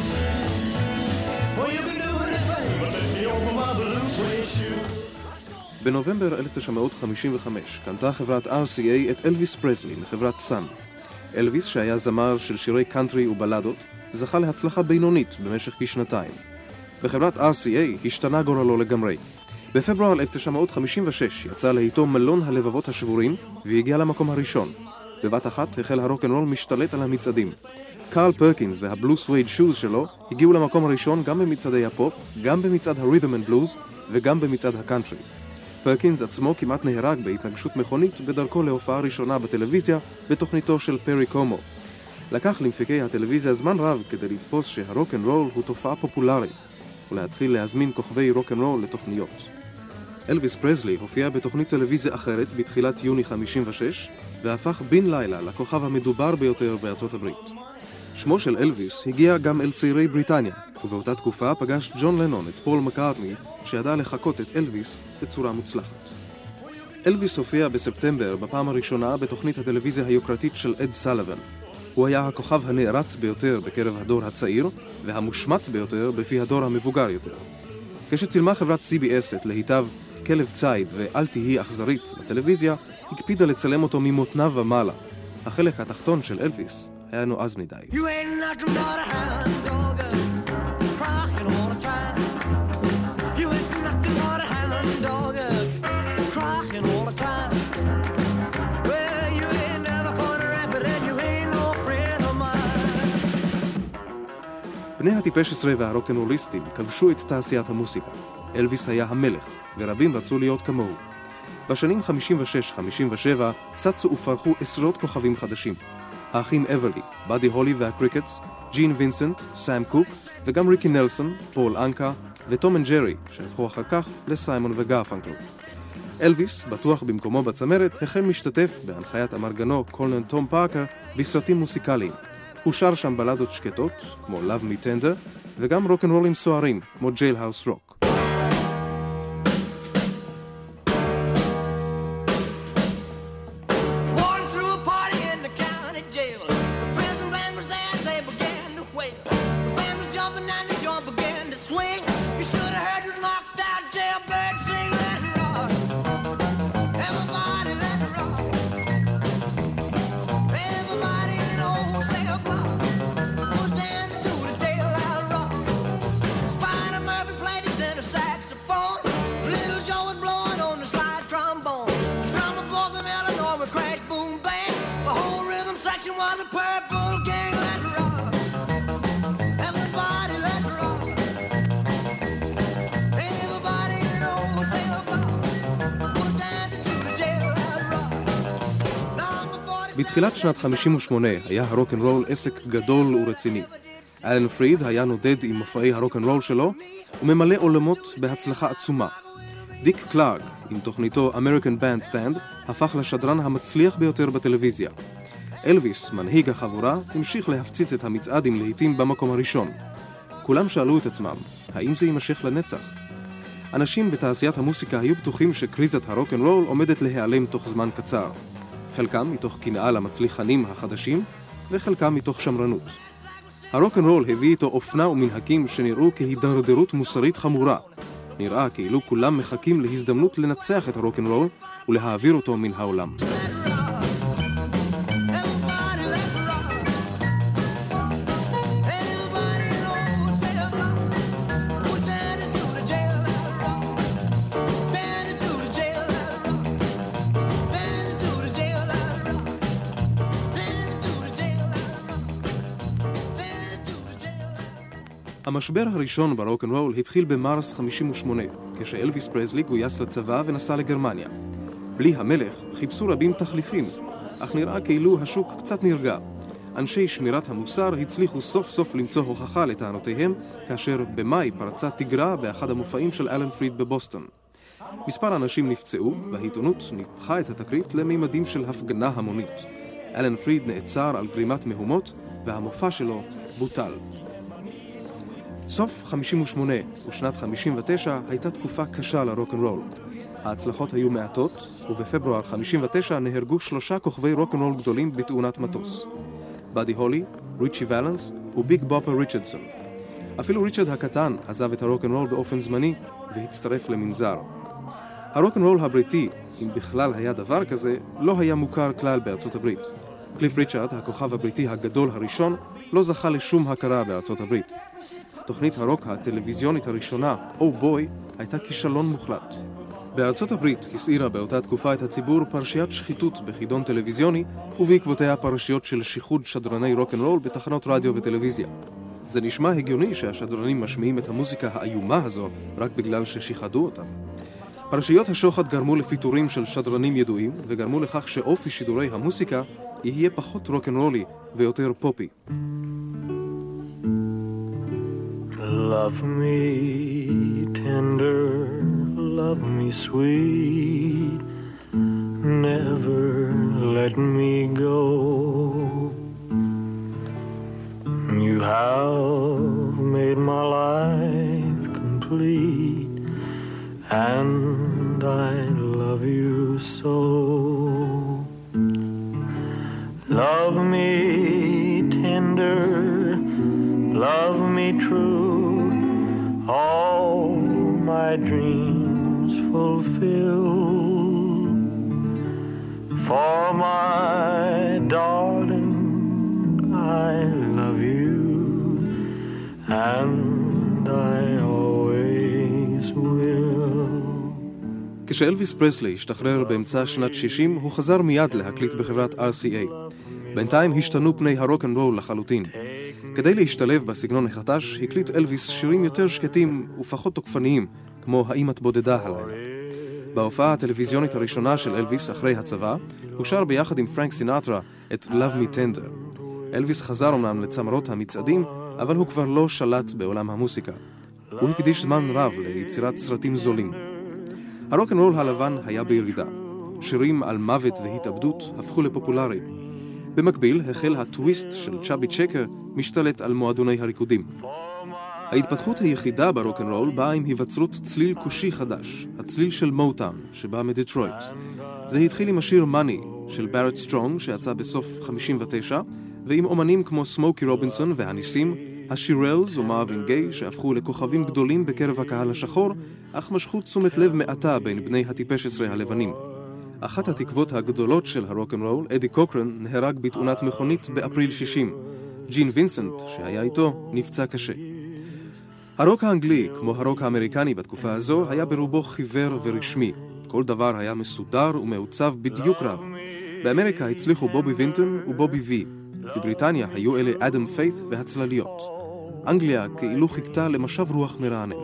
Well, you can do anything but take me over my blue suede shoe. בנובמבר אלף תשע מאות חמישים וחמש קנתה חברת אר סי איי את אלוויס פרזלי מחברת סאן. אלוויס, שהיה זמר של שירי קאנטרי ובלדות, זכה להצלחה בינונית במשך כשנתיים. בחברת אר סי איי השתנה גורלו לגמרי. בפברואר אלף תשע מאות חמישים ושש יצא להיטו מלון הלבבות השבורים והגיע למקום הראשון. בבת אחת החל הרוק'נ'רול משתלט על המצעדים. קארל פרקינס והבלו סווייד שוז שלו הגיעו למקום הראשון גם במצעדי הפופ, גם במצעד הרית'ם אנד בלוז וגם במצעד הקאנטרי. פרקינס עצמו כמעט נהרג בהתנגשות מכונית בדרכו להופעה ראשונה בטלוויזיה בתוכניתו של פרי קומו. לקח למפיקי הטלוויזיה זמן רב כדי לתפוס שהרוק'נ'רול הוא תופעה פופולרית ולהתחיל להזמין כוכבי רוק'נ'רול לתוכניות. אלוויס פרזלי הופיע בתוכנית טלוויזיה אחרת בתחילת יוני חמישים ושש והפך בן לילה לכוכב המדובר ביותר בארצות הברית. שמו של אלוויס הגיע גם אל צעירי בריטניה, ובאותה תקופה פגש ג'ון לנון את פול מקארטני שידע לחקות את אלוויס בצורה מוצלחת. אלוויס הופיע בספטמבר בפעם הראשונה בתוכנית הטלוויזיה היוקרתית של אד סאליבן. הוא היה הכוכב הנערץ ביותר בקרב הדור הצעיר והמושמץ ביותר בפי הדור המבוגר יותר. כשצילמה חברת סי בי אס את להיטב כלב ציד ואל תהי אכזרית לטלוויזיה, הקפידה לצלם אותו ממותניו ומעלה. החלק התחתון של אלוויס היה נועז מדי. You ain't nothing but a hound dog, crying all the time. You ain't nothing but a hound dog, crying all the time. Well, you ain't never gonna rap it and you ain't no friend of mine. בני הטיפש עשרה והרוק'נ'רוליסטים כבשו את תעשיית המוסיקה. אלוויס היה המלך, ורבים רצו להיות כמוהו. בשנים חמישים ושש חמישים ושבע צצו ופרחו עשרות כוכבים חדשים. האחים אברלי, באדי הולי והקריקטס, ג'ין וינסנט, סאם קוק, וגם ריקי נלסון, פול אנקה וטום אנד ג'רי, שהפכו אחר כך לסיימון וגרפנקל. אלוויס, בטוח במקומו בצמרת, החל משתתף בהנחיית אמרגנו קולנר תום פארקר בסרטים מוסיקליים. הוא שר שם בלדות שקטות, כמו Love Me Tender, וגם רוק'נ'רולים סוערים, כמו Jailhouse Rock. בתחילת שנת חמישים ושמונה היה הרוק'נ'רול עסק גדול ורציני. אלן פריד היה נודד עם מופעי הרוק'נ'רול שלו וממלא עולמות בהצלחה עצומה. דיק קלארק, עם תוכניתו American Bandstand, הפך לשדרן המצליח ביותר בטלוויזיה. אלוויס, מנהיג החבורה, המשיך להפציץ את המצעד עם להיטים במקום הראשון. כולם שאלו את עצמם, האם זה יימשך לנצח? אנשים בתעשיית המוסיקה היו בטוחים שקריזת הרוק'נ'רול עומדת להיעלם תוך זמן קצר. חלקם מתוך קנאה למצליחנים החדשים, וחלקם מתוך שמרנות. הרוק'נ'רול הביא איתו אופנה ומנהגים שנראו כהידרדרות מוסרית חמורה. נראה כאילו כולם מחכים להזדמנות לנצח את הרוק'נ'רול ולהעביר אותו מן העולם. המשבר הראשון ברוק'נ'רול התחיל במרס חמישים ושמונה, כשאלוויס פרזלי גויס לצבא ונסע לגרמניה. בלי המלך חיפשו רבים תחליפים, אך נראה כאילו השוק קצת נרגע. אנשי שמירת המוסר הצליחו סוף סוף למצוא הוכחה לטענותיהם, כאשר במאי פרצה תגרה באחד המופעים של אלן פריד בבוסטון. מספר אנשים נפצעו, והעיתונות ניפחה את התקרית לממדים של הפגנה המונית. אלן פריד נעצר על גרימת מהומות, והמופע שלו בוטל. סוף חמישים ושמונה ושנת חמישים ותשע הייתה תקופה קשה לרוק'נ'רול. ההצלחות היו מעטות, ובפברואר חמישים ותשע נהרגו שלושה כוכבי רוק'נ'רול גדולים בתאונת מטוס. באדי הולי, ריצ'י ולנס וביג בופר ריצ'רדסון. אפילו ריצ'רד הקטן עזב את הרוק'נ'רול באופן זמני והצטרף למנזר. הרוק'נ'רול הבריטי, אם בכלל היה דבר כזה, לא היה מוכר כלל בארצות הברית. קליף ריצ'רד, הכוכב הבריטי הגדול הראשון, לא זכה לשום הכרה בארצות הברית. תוכנית הרוק הטלוויזיונית הראשונה, או בוי, הייתה כישלון מוחלט. בארצות הברית הסעירה באותה תקופה את הציבור פרשיית שחיתות בחידון טלוויזיוני, ובעקבותיה פרשיות של שיחוד שדרני רוק'נ'רול בתחנות רדיו וטלוויזיה. זה נשמע הגיוני שהשדרנים משמיעים את המוזיקה האיומה הזו רק בגלל ששיחדו אותם. פרשיות השוחד גרמו לפיטורים של שדרנים ידועים, וגרמו לכך שאופי שידורי המוסיקה יהיה פחות רוק'נ'רולי ויותר פופי. Love me tender, love me sweet, never let me go. You have made my life complete, and I love you so. Love me tender, love me true, all my dreams fulfill. For my darling, I love you, and I always will. כשאלוויס פרסלי השתחרר באמצע שנת שישים, הוא חזר מיד להקליט בחברת אר סי איי. בינתיים השתנו פני הרוק'נ'רול לחלוטין. כדי להשתלב בסגנון החדש, הקליט אלוויס שירים יותר שקטים ופחות תוקפניים, כמו האם את בודדה הלילה. בהופעה הטלוויזיונית הראשונה של אלוויס אחרי הצבא, הוא שר ביחד עם פרנק סינטרה את Love Me Tender. אלוויס חזר אומנם לצמרות המצעדים, אבל הוא כבר לא שלט בעולם המוסיקה. הוא הקדיש זמן רב ליצירת סרטים זולים. הרוק'נ'רול הלבן היה בירידה. שירים על מוות והתאבדות הפכו לפופולריים. במקביל החל הטוויסט של צ'אבי צ'קר משתלט על מועדוני הריקודים. ההתפתחות היחידה ברוק'נ'רול באה עם היווצרות צליל קושי חדש, הצליל של מוטאון, שבא מדטרויט. זה התחיל עם השיר מאני של בארט סטרונג שיצא בסוף חמישים ותשע, ועם אומנים כמו סמוקי רובינסון והניסים, השירלס ומרווין גיי שהפכו לכוכבים גדולים בקרב הקהל השחור, אך משכו תשומת לב מעטה בין בני הטיפש עשרה הלבנים. אחת התקוות הגדולות של הרוק'נ'רול, אדי קוקרן, נהרג בתאונת מכונית באפריל שישים. ג'ין וינסנט, שהיה איתו, נפצע קשה. הרוק האנגלי, כמו הרוק האמריקני בתקופה הזו, היה ברובו חיוור ורשמי. כל דבר היה מסודר ומעוצב בדיוק רב. באמריקה הצליחו בובי וינטון ובובי וי. בבריטניה היו אלה אדם פיית' והצלליות. אנגליה כאילו חיכתה למשב רוח מרענן.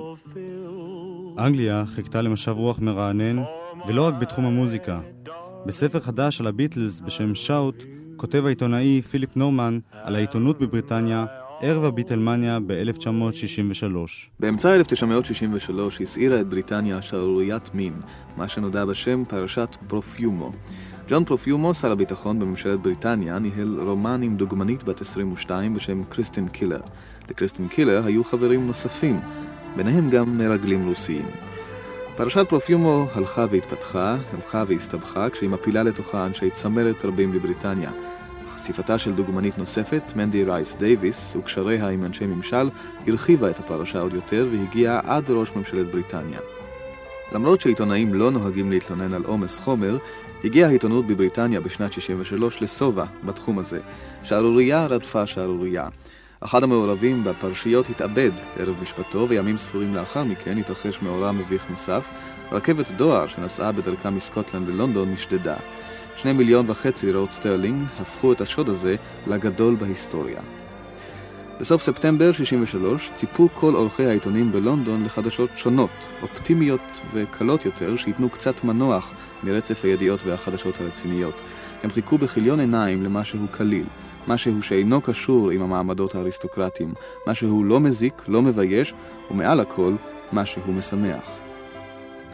אנגליה חיכתה למשב רוח מרענן, ולא רק בתחום המוזיקה. בספר חדש על הביטלס בשם שאוט, כותב העיתונאי פיליפ נורמן על העיתונות בבריטניה ערב הביטלמניה ב-אלף תשע מאות שישים ושלוש. באמצע אלף תשע מאות שישים ושלוש הסעירה את בריטניה שערוריית מין, מה שנודע בשם פרשת פרופיומו. ג'ון פרופיומו, שר הביטחון בממשלת בריטניה, ניהל רומן עם דוגמנית בת עשרים ושתיים בשם קריסטין קילר. לקריסטין קילר היו חברים נוספים, ביניהם גם מרגלים רוסיים. פרשת פרופיומו הלכה והתפתחה, הלכה והסתבכה, כשהיא מפילה לתוכה אנשי צמרת רבים בבריטניה. חשיפתה של דוגמנית נוספת, מנדי רייס דייביס, וקשריה עם אנשי ממשל, הרחיבה את הפרשה עוד יותר והגיעה עד ראש ממשלת בריטניה. למרות שעיתונאים לא נוהגים להתלונן על עומס חומר, הגיעה העיתונות בבריטניה בשנת שישים ושלוש לסובה בתחום הזה. שערורייה רדפה שערורייה. אחד המעורבים בפרשיות התאבד ערב משפטו, וימים ספורים לאחר מכן התרחש מאורע מביך נוסף. רכבת דואר שנסעה בדרכה מסקוטלנד ללונדון נשדדה. שני מיליון וחצי לירות סטרלינג הפכו את השוד הזה לגדול בהיסטוריה. בסוף ספטמבר שישים ושלוש ציפו כל עורכי העיתונים בלונדון לחדשות שונות, אופטימיות וקלות יותר, שיתנו קצת מנוח מרצף הידיעות והחדשות הרציניות. הם חיכו בכיליון עיניים למשהו קליל, משהו שאינו קשור עם המעמדות האריסטוקרטיים, משהו לא מזיק, לא מבייש, ומעל הכל, משהו משמח.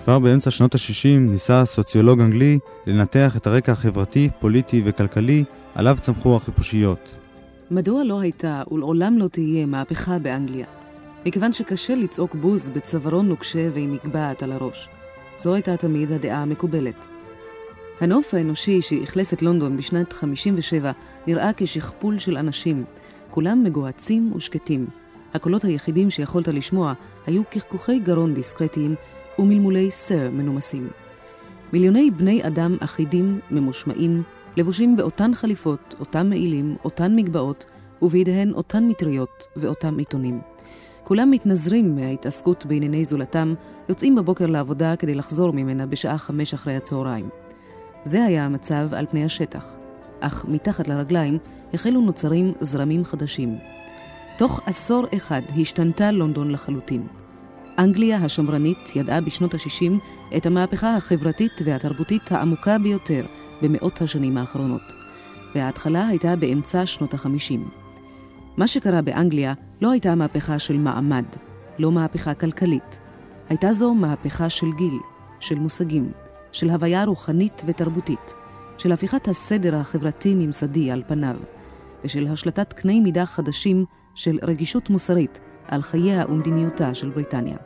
כבר באמצע שנות ה-שישים ניסה סוציולוג אנגלי לנתח את הרקע החברתי, פוליטי וכלכלי עליו צמחו החיפושיות. מדוע לא הייתה ולעולם לא תהיה מהפכה באנגליה? מכיוון שקשה לצעוק בוז בצווארון נוקשה ועם מגבעת על הראש. זו הייתה תמיד הדעה המקובלת. הנוף האנושי שהכלס את לונדון בשנת חמישים ושבע נראה כשכפול של אנשים, כולם מגועצים ושקטים. הקולות היחידים שיכולת לשמוע היו כחכוכי גרון דיסקרטיים ומלמולי סר מנומסים. מיליוני בני אדם אחידים, ממושמעים, לבושים באותן חליפות, אותם מעילים, אותן מגבעות, ובידיהן אותן מטריות ואותם עיתונים. כולם מתנזרים מההתעסקות בענייני זולתם, יוצאים בבוקר לעבודה כדי לחזור ממנה בשעה חמש אחרי הצהריים. זה היה המצב על פני השטח, אך מתחת לרגליים החלו נוצרים זרמים חדשים. תוך עשור אחד השתנתה לונדון לחלוטין. אנגליה השמרנית ידעה בשנות ה-שישים את המהפכה החברתית והתרבותית העמוקה ביותר במאות השנים האחרונות, וההתחלה הייתה באמצע שנות ה-חמישים. מה שקרה באנגליה לא הייתה מהפכה של מעמד, לא מהפכה כלכלית. הייתה זו מהפכה של גיל, של מושגים, של הוויה רוחנית ותרבותית, של הפיכת הסדר החברתי ממסדי על פניו, ושל השלטת קני מידה חדשים של רגישות מוסרית על חייה ומדיניותה של בריטניה.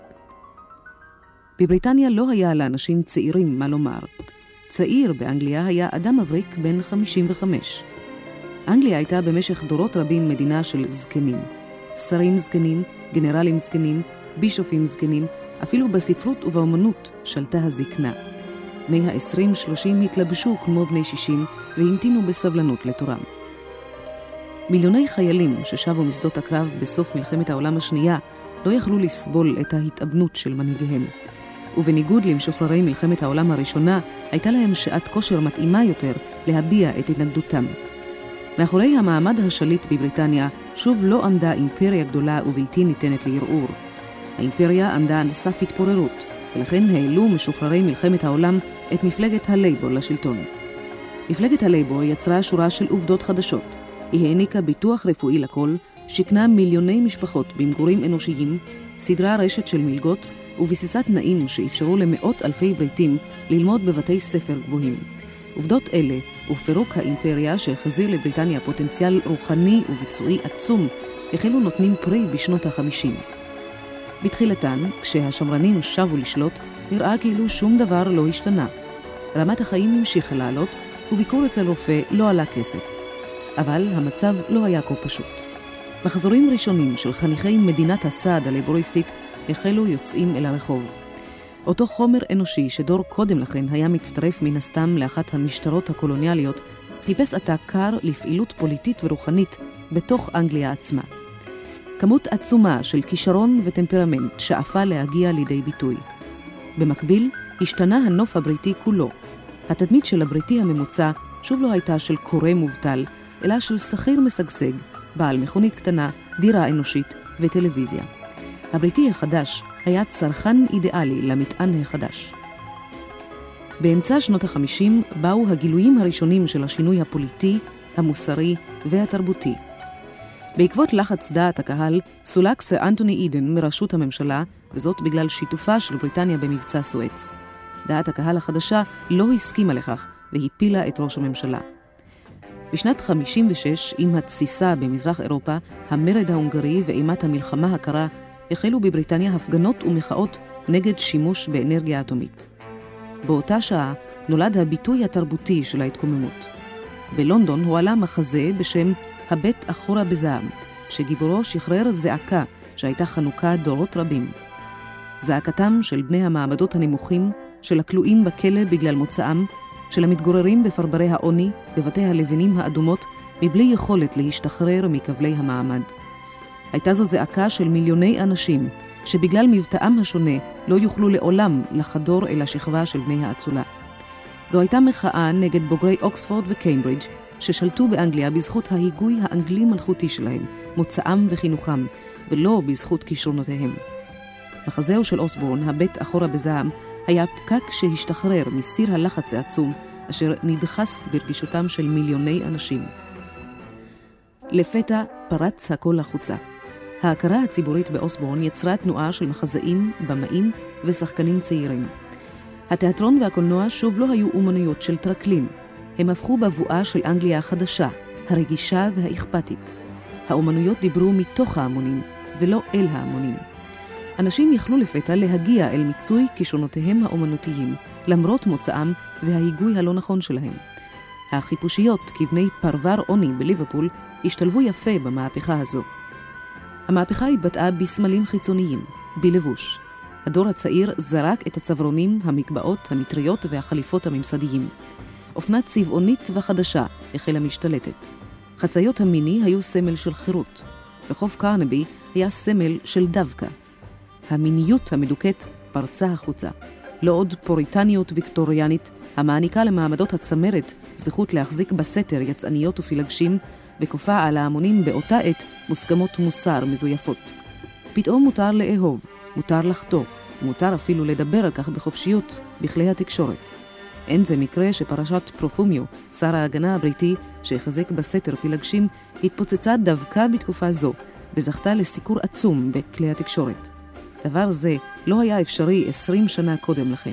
בבריטניה לא היה לאנשים צעירים מה לומר. צעיר באנגליה היה אדם מבריק בן חמישים וחמש. אנגליה הייתה במשך דורות רבים מדינה של זקנים. שרים זקנים, גנרלים זקנים, בישופים זקנים, אפילו בספרות ובאמנות שלטה הזקנה. בני ה-עשרים שלושים התלבשו כמו בני שישים והמתינו בסבלנות לתורם. מיליוני חיילים ששבו משדות הקרב בסוף מלחמת העולם השנייה לא יכלו לסבול את ההתאבנות של מנהיגיהם. ובניגוד למשוחררי מלחמת העולם הראשונה, הייתה להם שעת כושר מתאימה יותר להביע את התנגדותם. מאחורי המעמד השליט בבריטניה שוב לא עמדה אימפריה גדולה ובלתי ניתנת לערעור. האימפריה עמדה על סף התפוררות, ולכן העלו משוחררי מלחמת העולם את מפלגת הלייבור לשלטון. מפלגת הלייבור יצרה שורה של עובדות חדשות. היא העניקה ביטוח רפואי לכל, שיקנה מיליוני משפחות במגורים אנושיים, סדרה רשת של מלגות וביססה תנאים שאפשרו למאות אלפי בריטים ללמוד בבתי ספר גבוהים. עובדות אלה ופירוק האימפריה שהחזיר לבריטניה פוטנציאל רוחני וביצועי עצום החלו נותנים פרי בשנות ה-חמישים. בתחילתן, כשהשמרנים שבו לשלוט, נראה כאילו שום דבר לא השתנה. רמת החיים המשיכה לעלות וביקור אצל רופא לא עלה כסף. אבל המצב לא היה כה פשוט. מחזורים ראשונים של חניכי מדינת הסעד הלייבוריסטית החלו יוצאים אל הרחוב. אותו חומר אנושי שדור קודם לכן היה מצטרף מן הסתם לאחת המשטרות הקולוניאליות, חיפש עתה קר לפעילות פוליטית ורוחנית בתוך אנגליה עצמה. כמות עצומה של כישרון וטמפרמנט שאפה להגיע לידי ביטוי. במקביל, השתנה הנוף הבריטי כולו. התדמית של הבריטי הממוצע שוב לא הייתה של קורא מובטל, אלא של שכיר משגשג, בעל מכונית קטנה, דירה אנושית וטלוויזיה. הבריטי החדש היה צרכן אידיאלי למטען החדש. באמצע שנות ה-חמישים באו הגילויים הראשונים של השינוי הפוליטי, המוסרי והתרבותי. בעקבות לחץ דעת הקהל, סולק סר אנטוני אידן מראשות הממשלה, וזאת בגלל שיתופה של בריטניה במבצע סואץ. דעת הקהל החדשה לא הסכימה לכך והפילה את ראש הממשלה. בשנת חמישים ושש, עם התסיסה במזרח אירופה, המרד ההונגרי ואימת המלחמה הקרה, החלו בבריטניה הפגנות ומחאות נגד שימוש באנרגיה אטומית. באותה שעה נולד הביטוי התרבותי של ההתקוממות. בלונדון הועלה מחזה בשם הבית אחורה בזעם, שגיבורו שחרר זעקה שהייתה חנוכה דורות רבים. זעקתם של בני המעמדות הנמוכים, של הכלואים בכלא בגלל מוצאם, של המתגוררים בפרברי העוני, בבתי הלבנים האדומות, מבלי יכולת להשתחרר מכבלי המעמד. הייתה זו זעקה של מיליוני אנשים, שבגלל מבטאם השונה לא יוכלו לעולם לחדור אל השכבה של בני האצולה. זו הייתה מחאה נגד בוגרי אוקספורד וקיימברידג' ששלטו באנגליה בזכות ההיגוי האנגלי מלכותי שלהם, מוצאם וחינוכם, ולא בזכות כישרונותיהם. מחזהו של אוסבורן, הבית אחורה בזעם, היה פקק שהשתחרר מסיר הלחץ העצום, אשר נדחס ברגישותם של מיליוני אנשים. לפתע פרץ הכל החוצה. ההכרה הציבורית באוסבורן יצרה תנועה של מחזאים, במאים ושחקנים צעירים. התיאטרון והקולנוע שוב לא היו אומנויות של טרקלין. הם הפכו בבואה של אנגליה החדשה, הרגישה והאכפתית. האומנויות דיברו מתוך ההמונים, ולא אל ההמונים. אנשים יכלו לפתע להגיע אל מיצוי כישרונותיהם האומנותיים, למרות מוצאם וההיגוי הלא נכון שלהם. החיפושיות כבני פרבר עוני בליברפול השתלבו יפה במהפכה הזו. המהפכה התבטאה בסמלים חיצוניים, בלבוש. הדור הצעיר זרק את הצוורונים, המקבעות, המטריות והחליפות הממסדיים. אופנה צבעונית וחדשה החלה משתלטת. חציות המיני היו סמל של חירות. רחוב קרנבי היה סמל של דווקא. המיניות המדוכאת פרצה החוצה. לא עוד פוריטניות ויקטוריאנית, המעניקה למעמדות הצמרת זכות להחזיק בסתר יצאניות ופילגשים, וכופה על ההמונים באותה עת מוסכמות מוסר מזויפות. פתאום מותר לאהוב, מותר לחטוא, מותר אפילו לדבר על כך בחופשיות בכלי התקשורת. אין זה מקרה שפרשת פרופומיו, שר ההגנה הבריטי שהחזיק בסתר פילגשים, התפוצצה דווקא בתקופה זו, וזכתה לסיקור עצום בכלי התקשורת. דבר זה לא היה אפשרי עשרים שנה קודם לכן.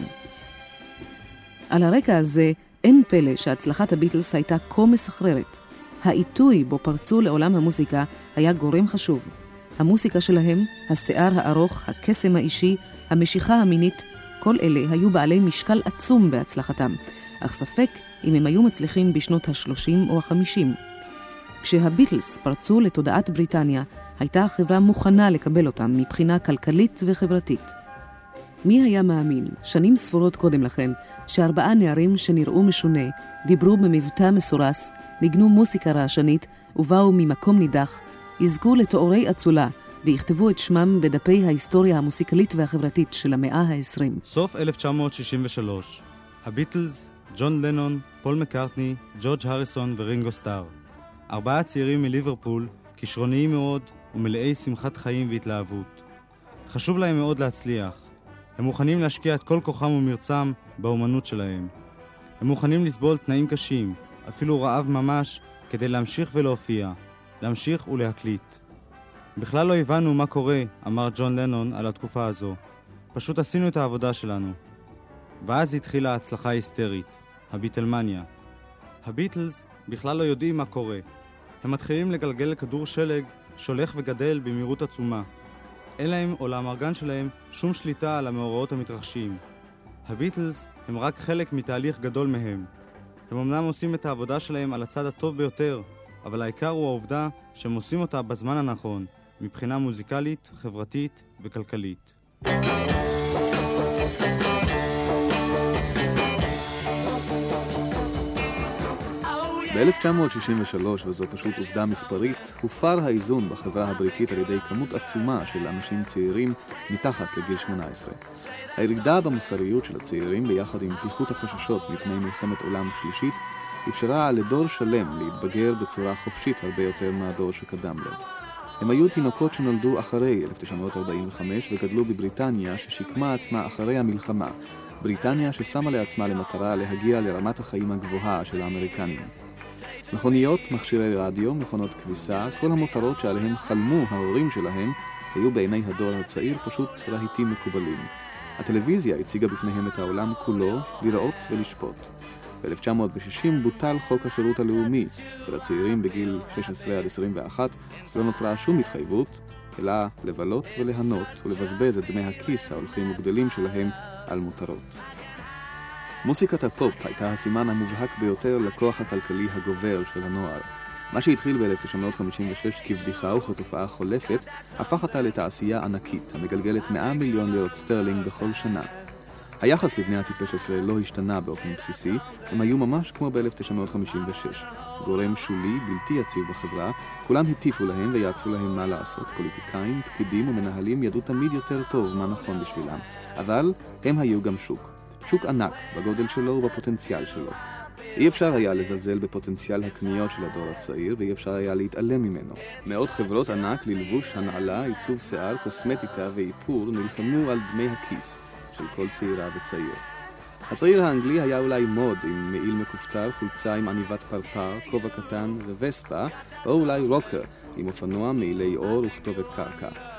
על הרקע הזה אין פלא שהצלחת הביטלס הייתה כה מסחררת. העיתוי בו פרצו לעולם המוזיקה היה גורם חשוב. המוזיקה שלהם, השיער הארוך, הקסם האישי, המשיכה המינית, כל אלה היו בעלי משקל עצום בהצלחתם, אך ספק אם הם היו מצליחים בשנות ה-שלושים או ה-חמישים. כשהביטלס פרצו לתודעת בריטניה, הייתה החברה מוכנה לקבל אותם מבחינה כלכלית וחברתית. מי היה מאמין, שנים ספורות קודם לכן, שארבעה נערים שנראו משונה, דיברו במבטא מסורס, ניגנו מוסיקה רעשנית ובאו ממקום נידח, יזכו לתוארי אצולה ויכתבו את שמם בדפי ההיסטוריה המוסיקלית והחברתית של המאה ה-עשרים. סוף אלף תשע מאות שישים ושלוש. הביטלס, ג'ון לנון, פול מקארטני, ג'ורג' הריסון ורינגו סטאר. ארבעה צעירים מליברפול, כישרוניים מאוד ומלאי שמחת חיים והתלהבות. חשוב להם מאוד להצליח. הם מוכנים להשקיע את כל כוחם ומרצם באומנות שלהם. הם מוכנים לסבול תנאים קשים, אפילו רעב ממש, כדי להמשיך ולהופיע, להמשיך ולהקליט. בכלל לא הבנו מה קורה, אמר ג'ון לנון על התקופה הזו. פשוט עשינו את העבודה שלנו. ואז התחילה ההצלחה ההיסטרית, הביטלמניה. הביטלס בכלל לא יודעים מה קורה. הם מתחילים לגלגל לכדור שלג שהולך וגדל במהירות עצומה. אין להם או לאמרגן שלהם שום שליטה על המאורעות המתרחשים. הביטלס הם רק חלק מתהליך גדול מהם. הם אמנם עושים את העבודה שלהם על הצד הטוב ביותר, אבל העיקר הוא העובדה שהם עושים אותה בזמן הנכון, מבחינה מוזיקלית, חברתית וכלכלית. ב-אלף תשע מאות שישים ושלוש, וזו פשוט עובדה מספרית, הופר האיזון בחברה הבריטית על ידי כמות עצומה של אנשים צעירים מתחת לגיל שמונה עשרה. הירידה במוסריות של הצעירים ביחד עם פיחות החששות מפני מלחמת עולם שלישית אפשרה לדור שלם להתבגר בצורה חופשית הרבה יותר מהדור שקדם לו. הם היו תינוקות שנולדו אחרי אלף תשע מאות ארבעים וחמש וגדלו בבריטניה ששיקמה עצמה אחרי המלחמה, בריטניה ששמה לעצמה למטרה להגיע לרמת החיים הגבוהה של האמריקנים. מכוניות, מכשירי רדיו, מכונות כביסה, כל המותרות שעליהם חלמו ההורים שלהם היו בעיני הדור הצעיר פשוט רהיטים מקובלים. הטלוויזיה הציגה בפניהם את העולם כולו לראות ולשפוט. ב-אלף תשע מאות שישים בוטל חוק השירות הלאומי, ולצעירים בגיל שש עשרה עד עשרים ואחת לא נותרה שום התחייבות, אלא לבלות וליהנות ולבזבז את דמי הכיס ההולכים וגדלים שלהם על מותרות. מוסיקת הפופ הייתה הסימן המובהק ביותר לכוח הכלכלי הגובר של הנוער. מה שהתחיל ב-אלף תשע מאות חמישים ושש כבדיחה וכתופעה חולפת, הפך אותה לתעשייה ענקית המגלגלת מאה מיליון לירות סטרלינג בכל שנה. היחס לבני הטיפש עשרה לא השתנה באופן בסיסי, הם היו ממש כמו ב-אלף תשע מאות חמישים ושש. גורם שולי, בלתי יציב בחברה, כולם הטיפו להם ויעצו להם מה לעשות. פוליטיקאים, פקידים ומנהלים ידעו תמיד יותר טוב מה נכון בשבילם. אבל הם היו גם שוק. שוק ענק בגודל שלו ובפוטנציאל שלו. אי אפשר היה לזלזל בפוטנציאל הקניות של הדור הצעיר, ואי אפשר היה להתעלם ממנו. מאות חברות ענק ללבוש, הנעלה, עיצוב שיער, קוסמטיקה ואיפור נלחמו על דמי הכיס של כל צעירה וצעיר. הצעיר האנגלי היה אולי מוד עם מעיל מקופטר, חולצה עם עניבת פרפר, כובע קטן ווספה, או אולי רוקר עם אופנוע, מעילי אור וכתובת קרקע.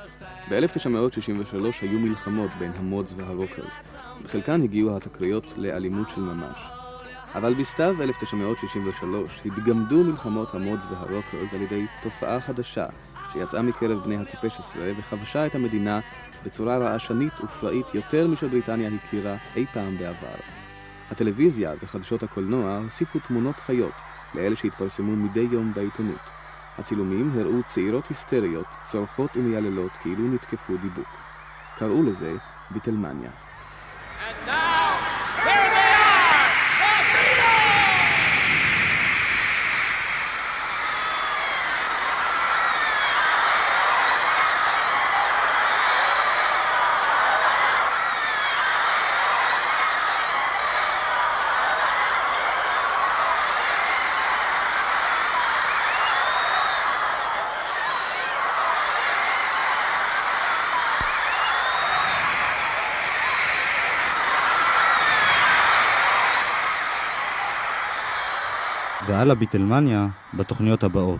ב-אלף תשע מאות שישים ושלוש היו מלחמות בין המודס והרוקרס. בחלקן הגיעו התקריות לאלימות של ממש. אבל בסתיו אלף תשע מאות שישים ושלוש התגמדו מלחמות המודס והרוקרס על ידי תופעה חדשה שיצאה מקרב בני הטיפש עשרה וחבשה את המדינה בצורה רעשנית ופראית יותר משבריטניה הכירה אי פעם בעבר. הטלוויזיה וחדשות הקולנוע הוסיפו תמונות חיות לאלה שהתפרסמו מדי יום בעיתונות. הצילומים הראו צעירות היסטריות, צורחות ומייללות כאילו נתקפו דיבוק. קראו לזה ביטלמניה. And now, here they are, the Beatles! ועל הביטלמניה בתוכניות הבאות.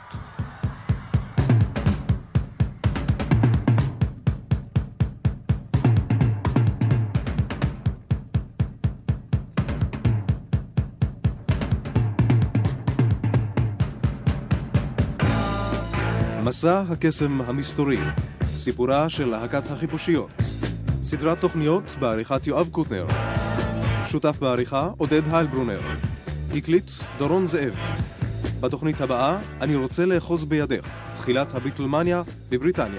מסע הקסם המסתורי, סיפורה של להקת החיפושיות, סדרת תוכניות בעריכת יואב קוטנר, שותף בעריכה עודד היילברונר, הקליט דורון זאב. בתוכנית הבאה אני רוצה לאחוז בידך, תחילת הביטלמניה בבריטניה.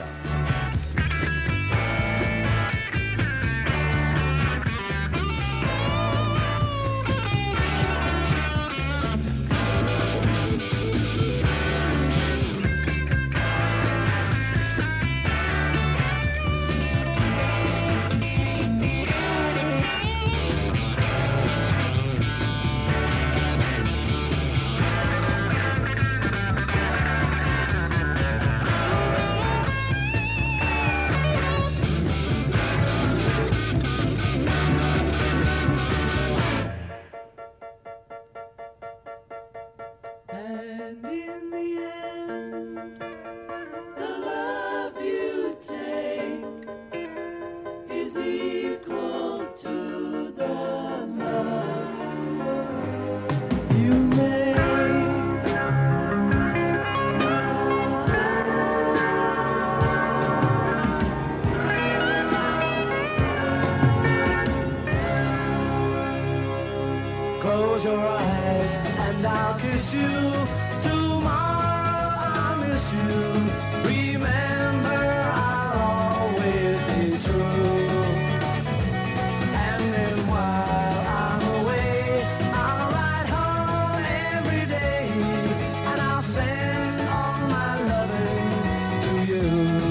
Close your eyes and I'll kiss you. Tomorrow I'll miss you. Remember, I'll always be true. And then while I'm away, I'll ride home every day, and I'll send all my loving to you.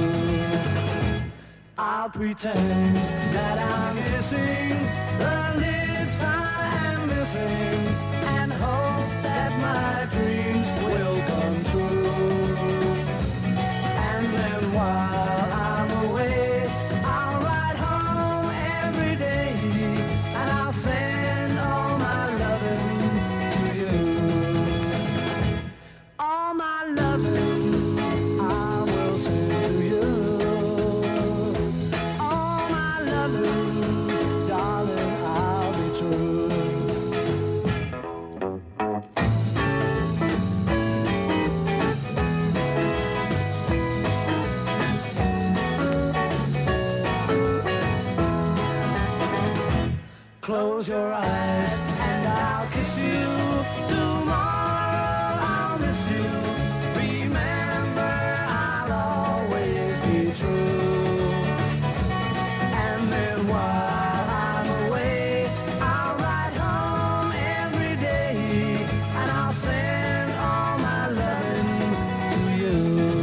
I'll pretend that I'm kissing the lips I am missing, and hope that my dreams will come true. And then while I'm away, I'll ride home every day, and I'll send all my loving to you. All my loving I will send to you. All my loving, darling, I'll be true. Close your eyes and I'll kiss you. Tomorrow I'll miss you. Remember, I'll always be true. And then while I'm away, I'll ride home every day, and I'll send all my loving to you.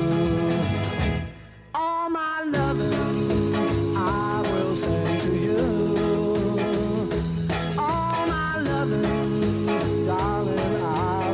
All my loving I will send to you. All my loving, darling, I'll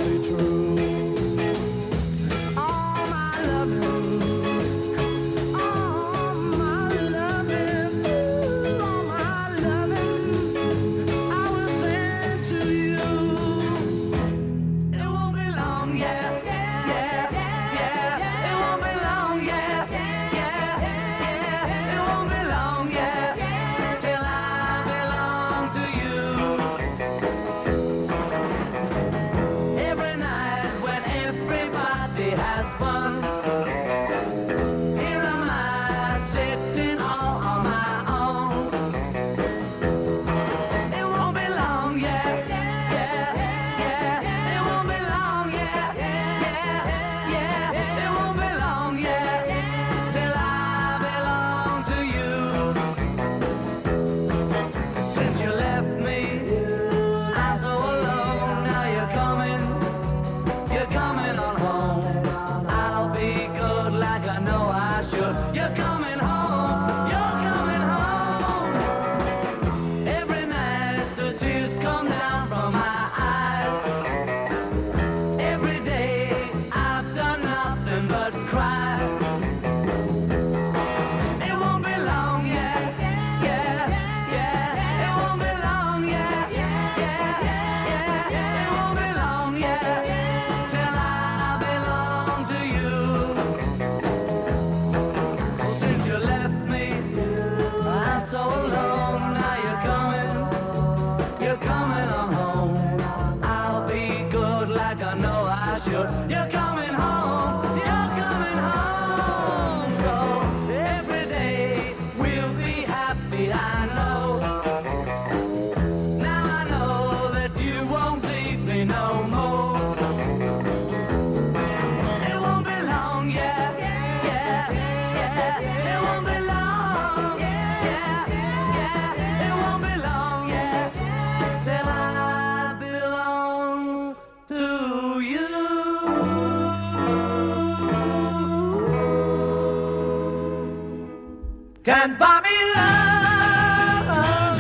you're coming on home. I'll be good like I know I should. You're coming home, you're coming home. So every day we'll be happy, I know. Now I know that you won't leave me no more. It won't be long, yeah, yeah, yeah. It won't be long, yeah, yeah. It won't be long, yeah, till I belong to you. Can't buy me love,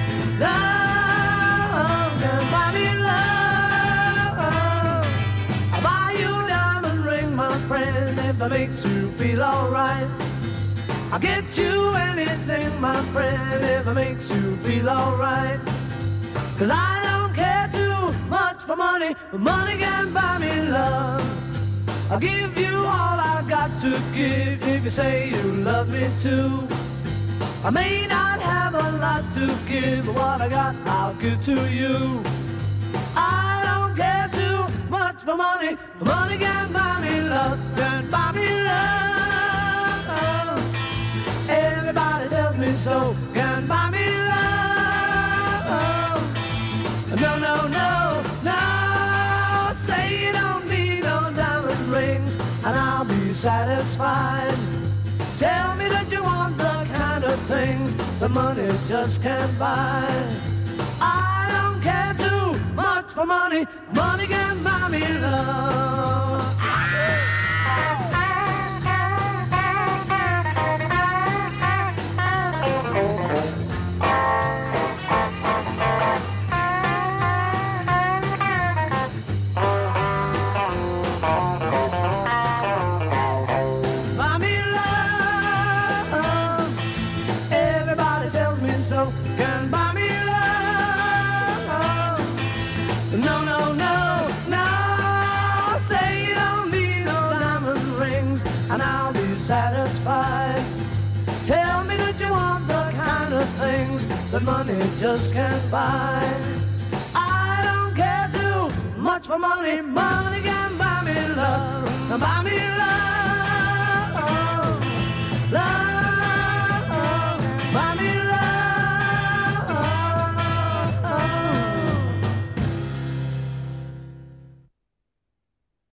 love, can't buy me love. I'll buy you a diamond ring, my friend, if that makes you feel alright. I'll get you anything, my friend, if it makes you feel alright. Cause I don't care too much for money, but money can't buy me love. I'll give you all I've got to give if you say you love me too. I may not have a lot to give, but what I got I'll give to you. I don't care too much for money, but money can't buy me love, can't buy me love. Everybody tells me so, can't buy me love. No, no, no, no. Say you don't need no diamond rings, and I'll be satisfied. Tell me that you want the kind of things that money just can't buy. I don't care too much for money, money can't buy me love. Satisfied. Tell me that you want the kind of things that money just can't buy. I don't care too much for money, money can buy me love, buy me love, love, buy me love.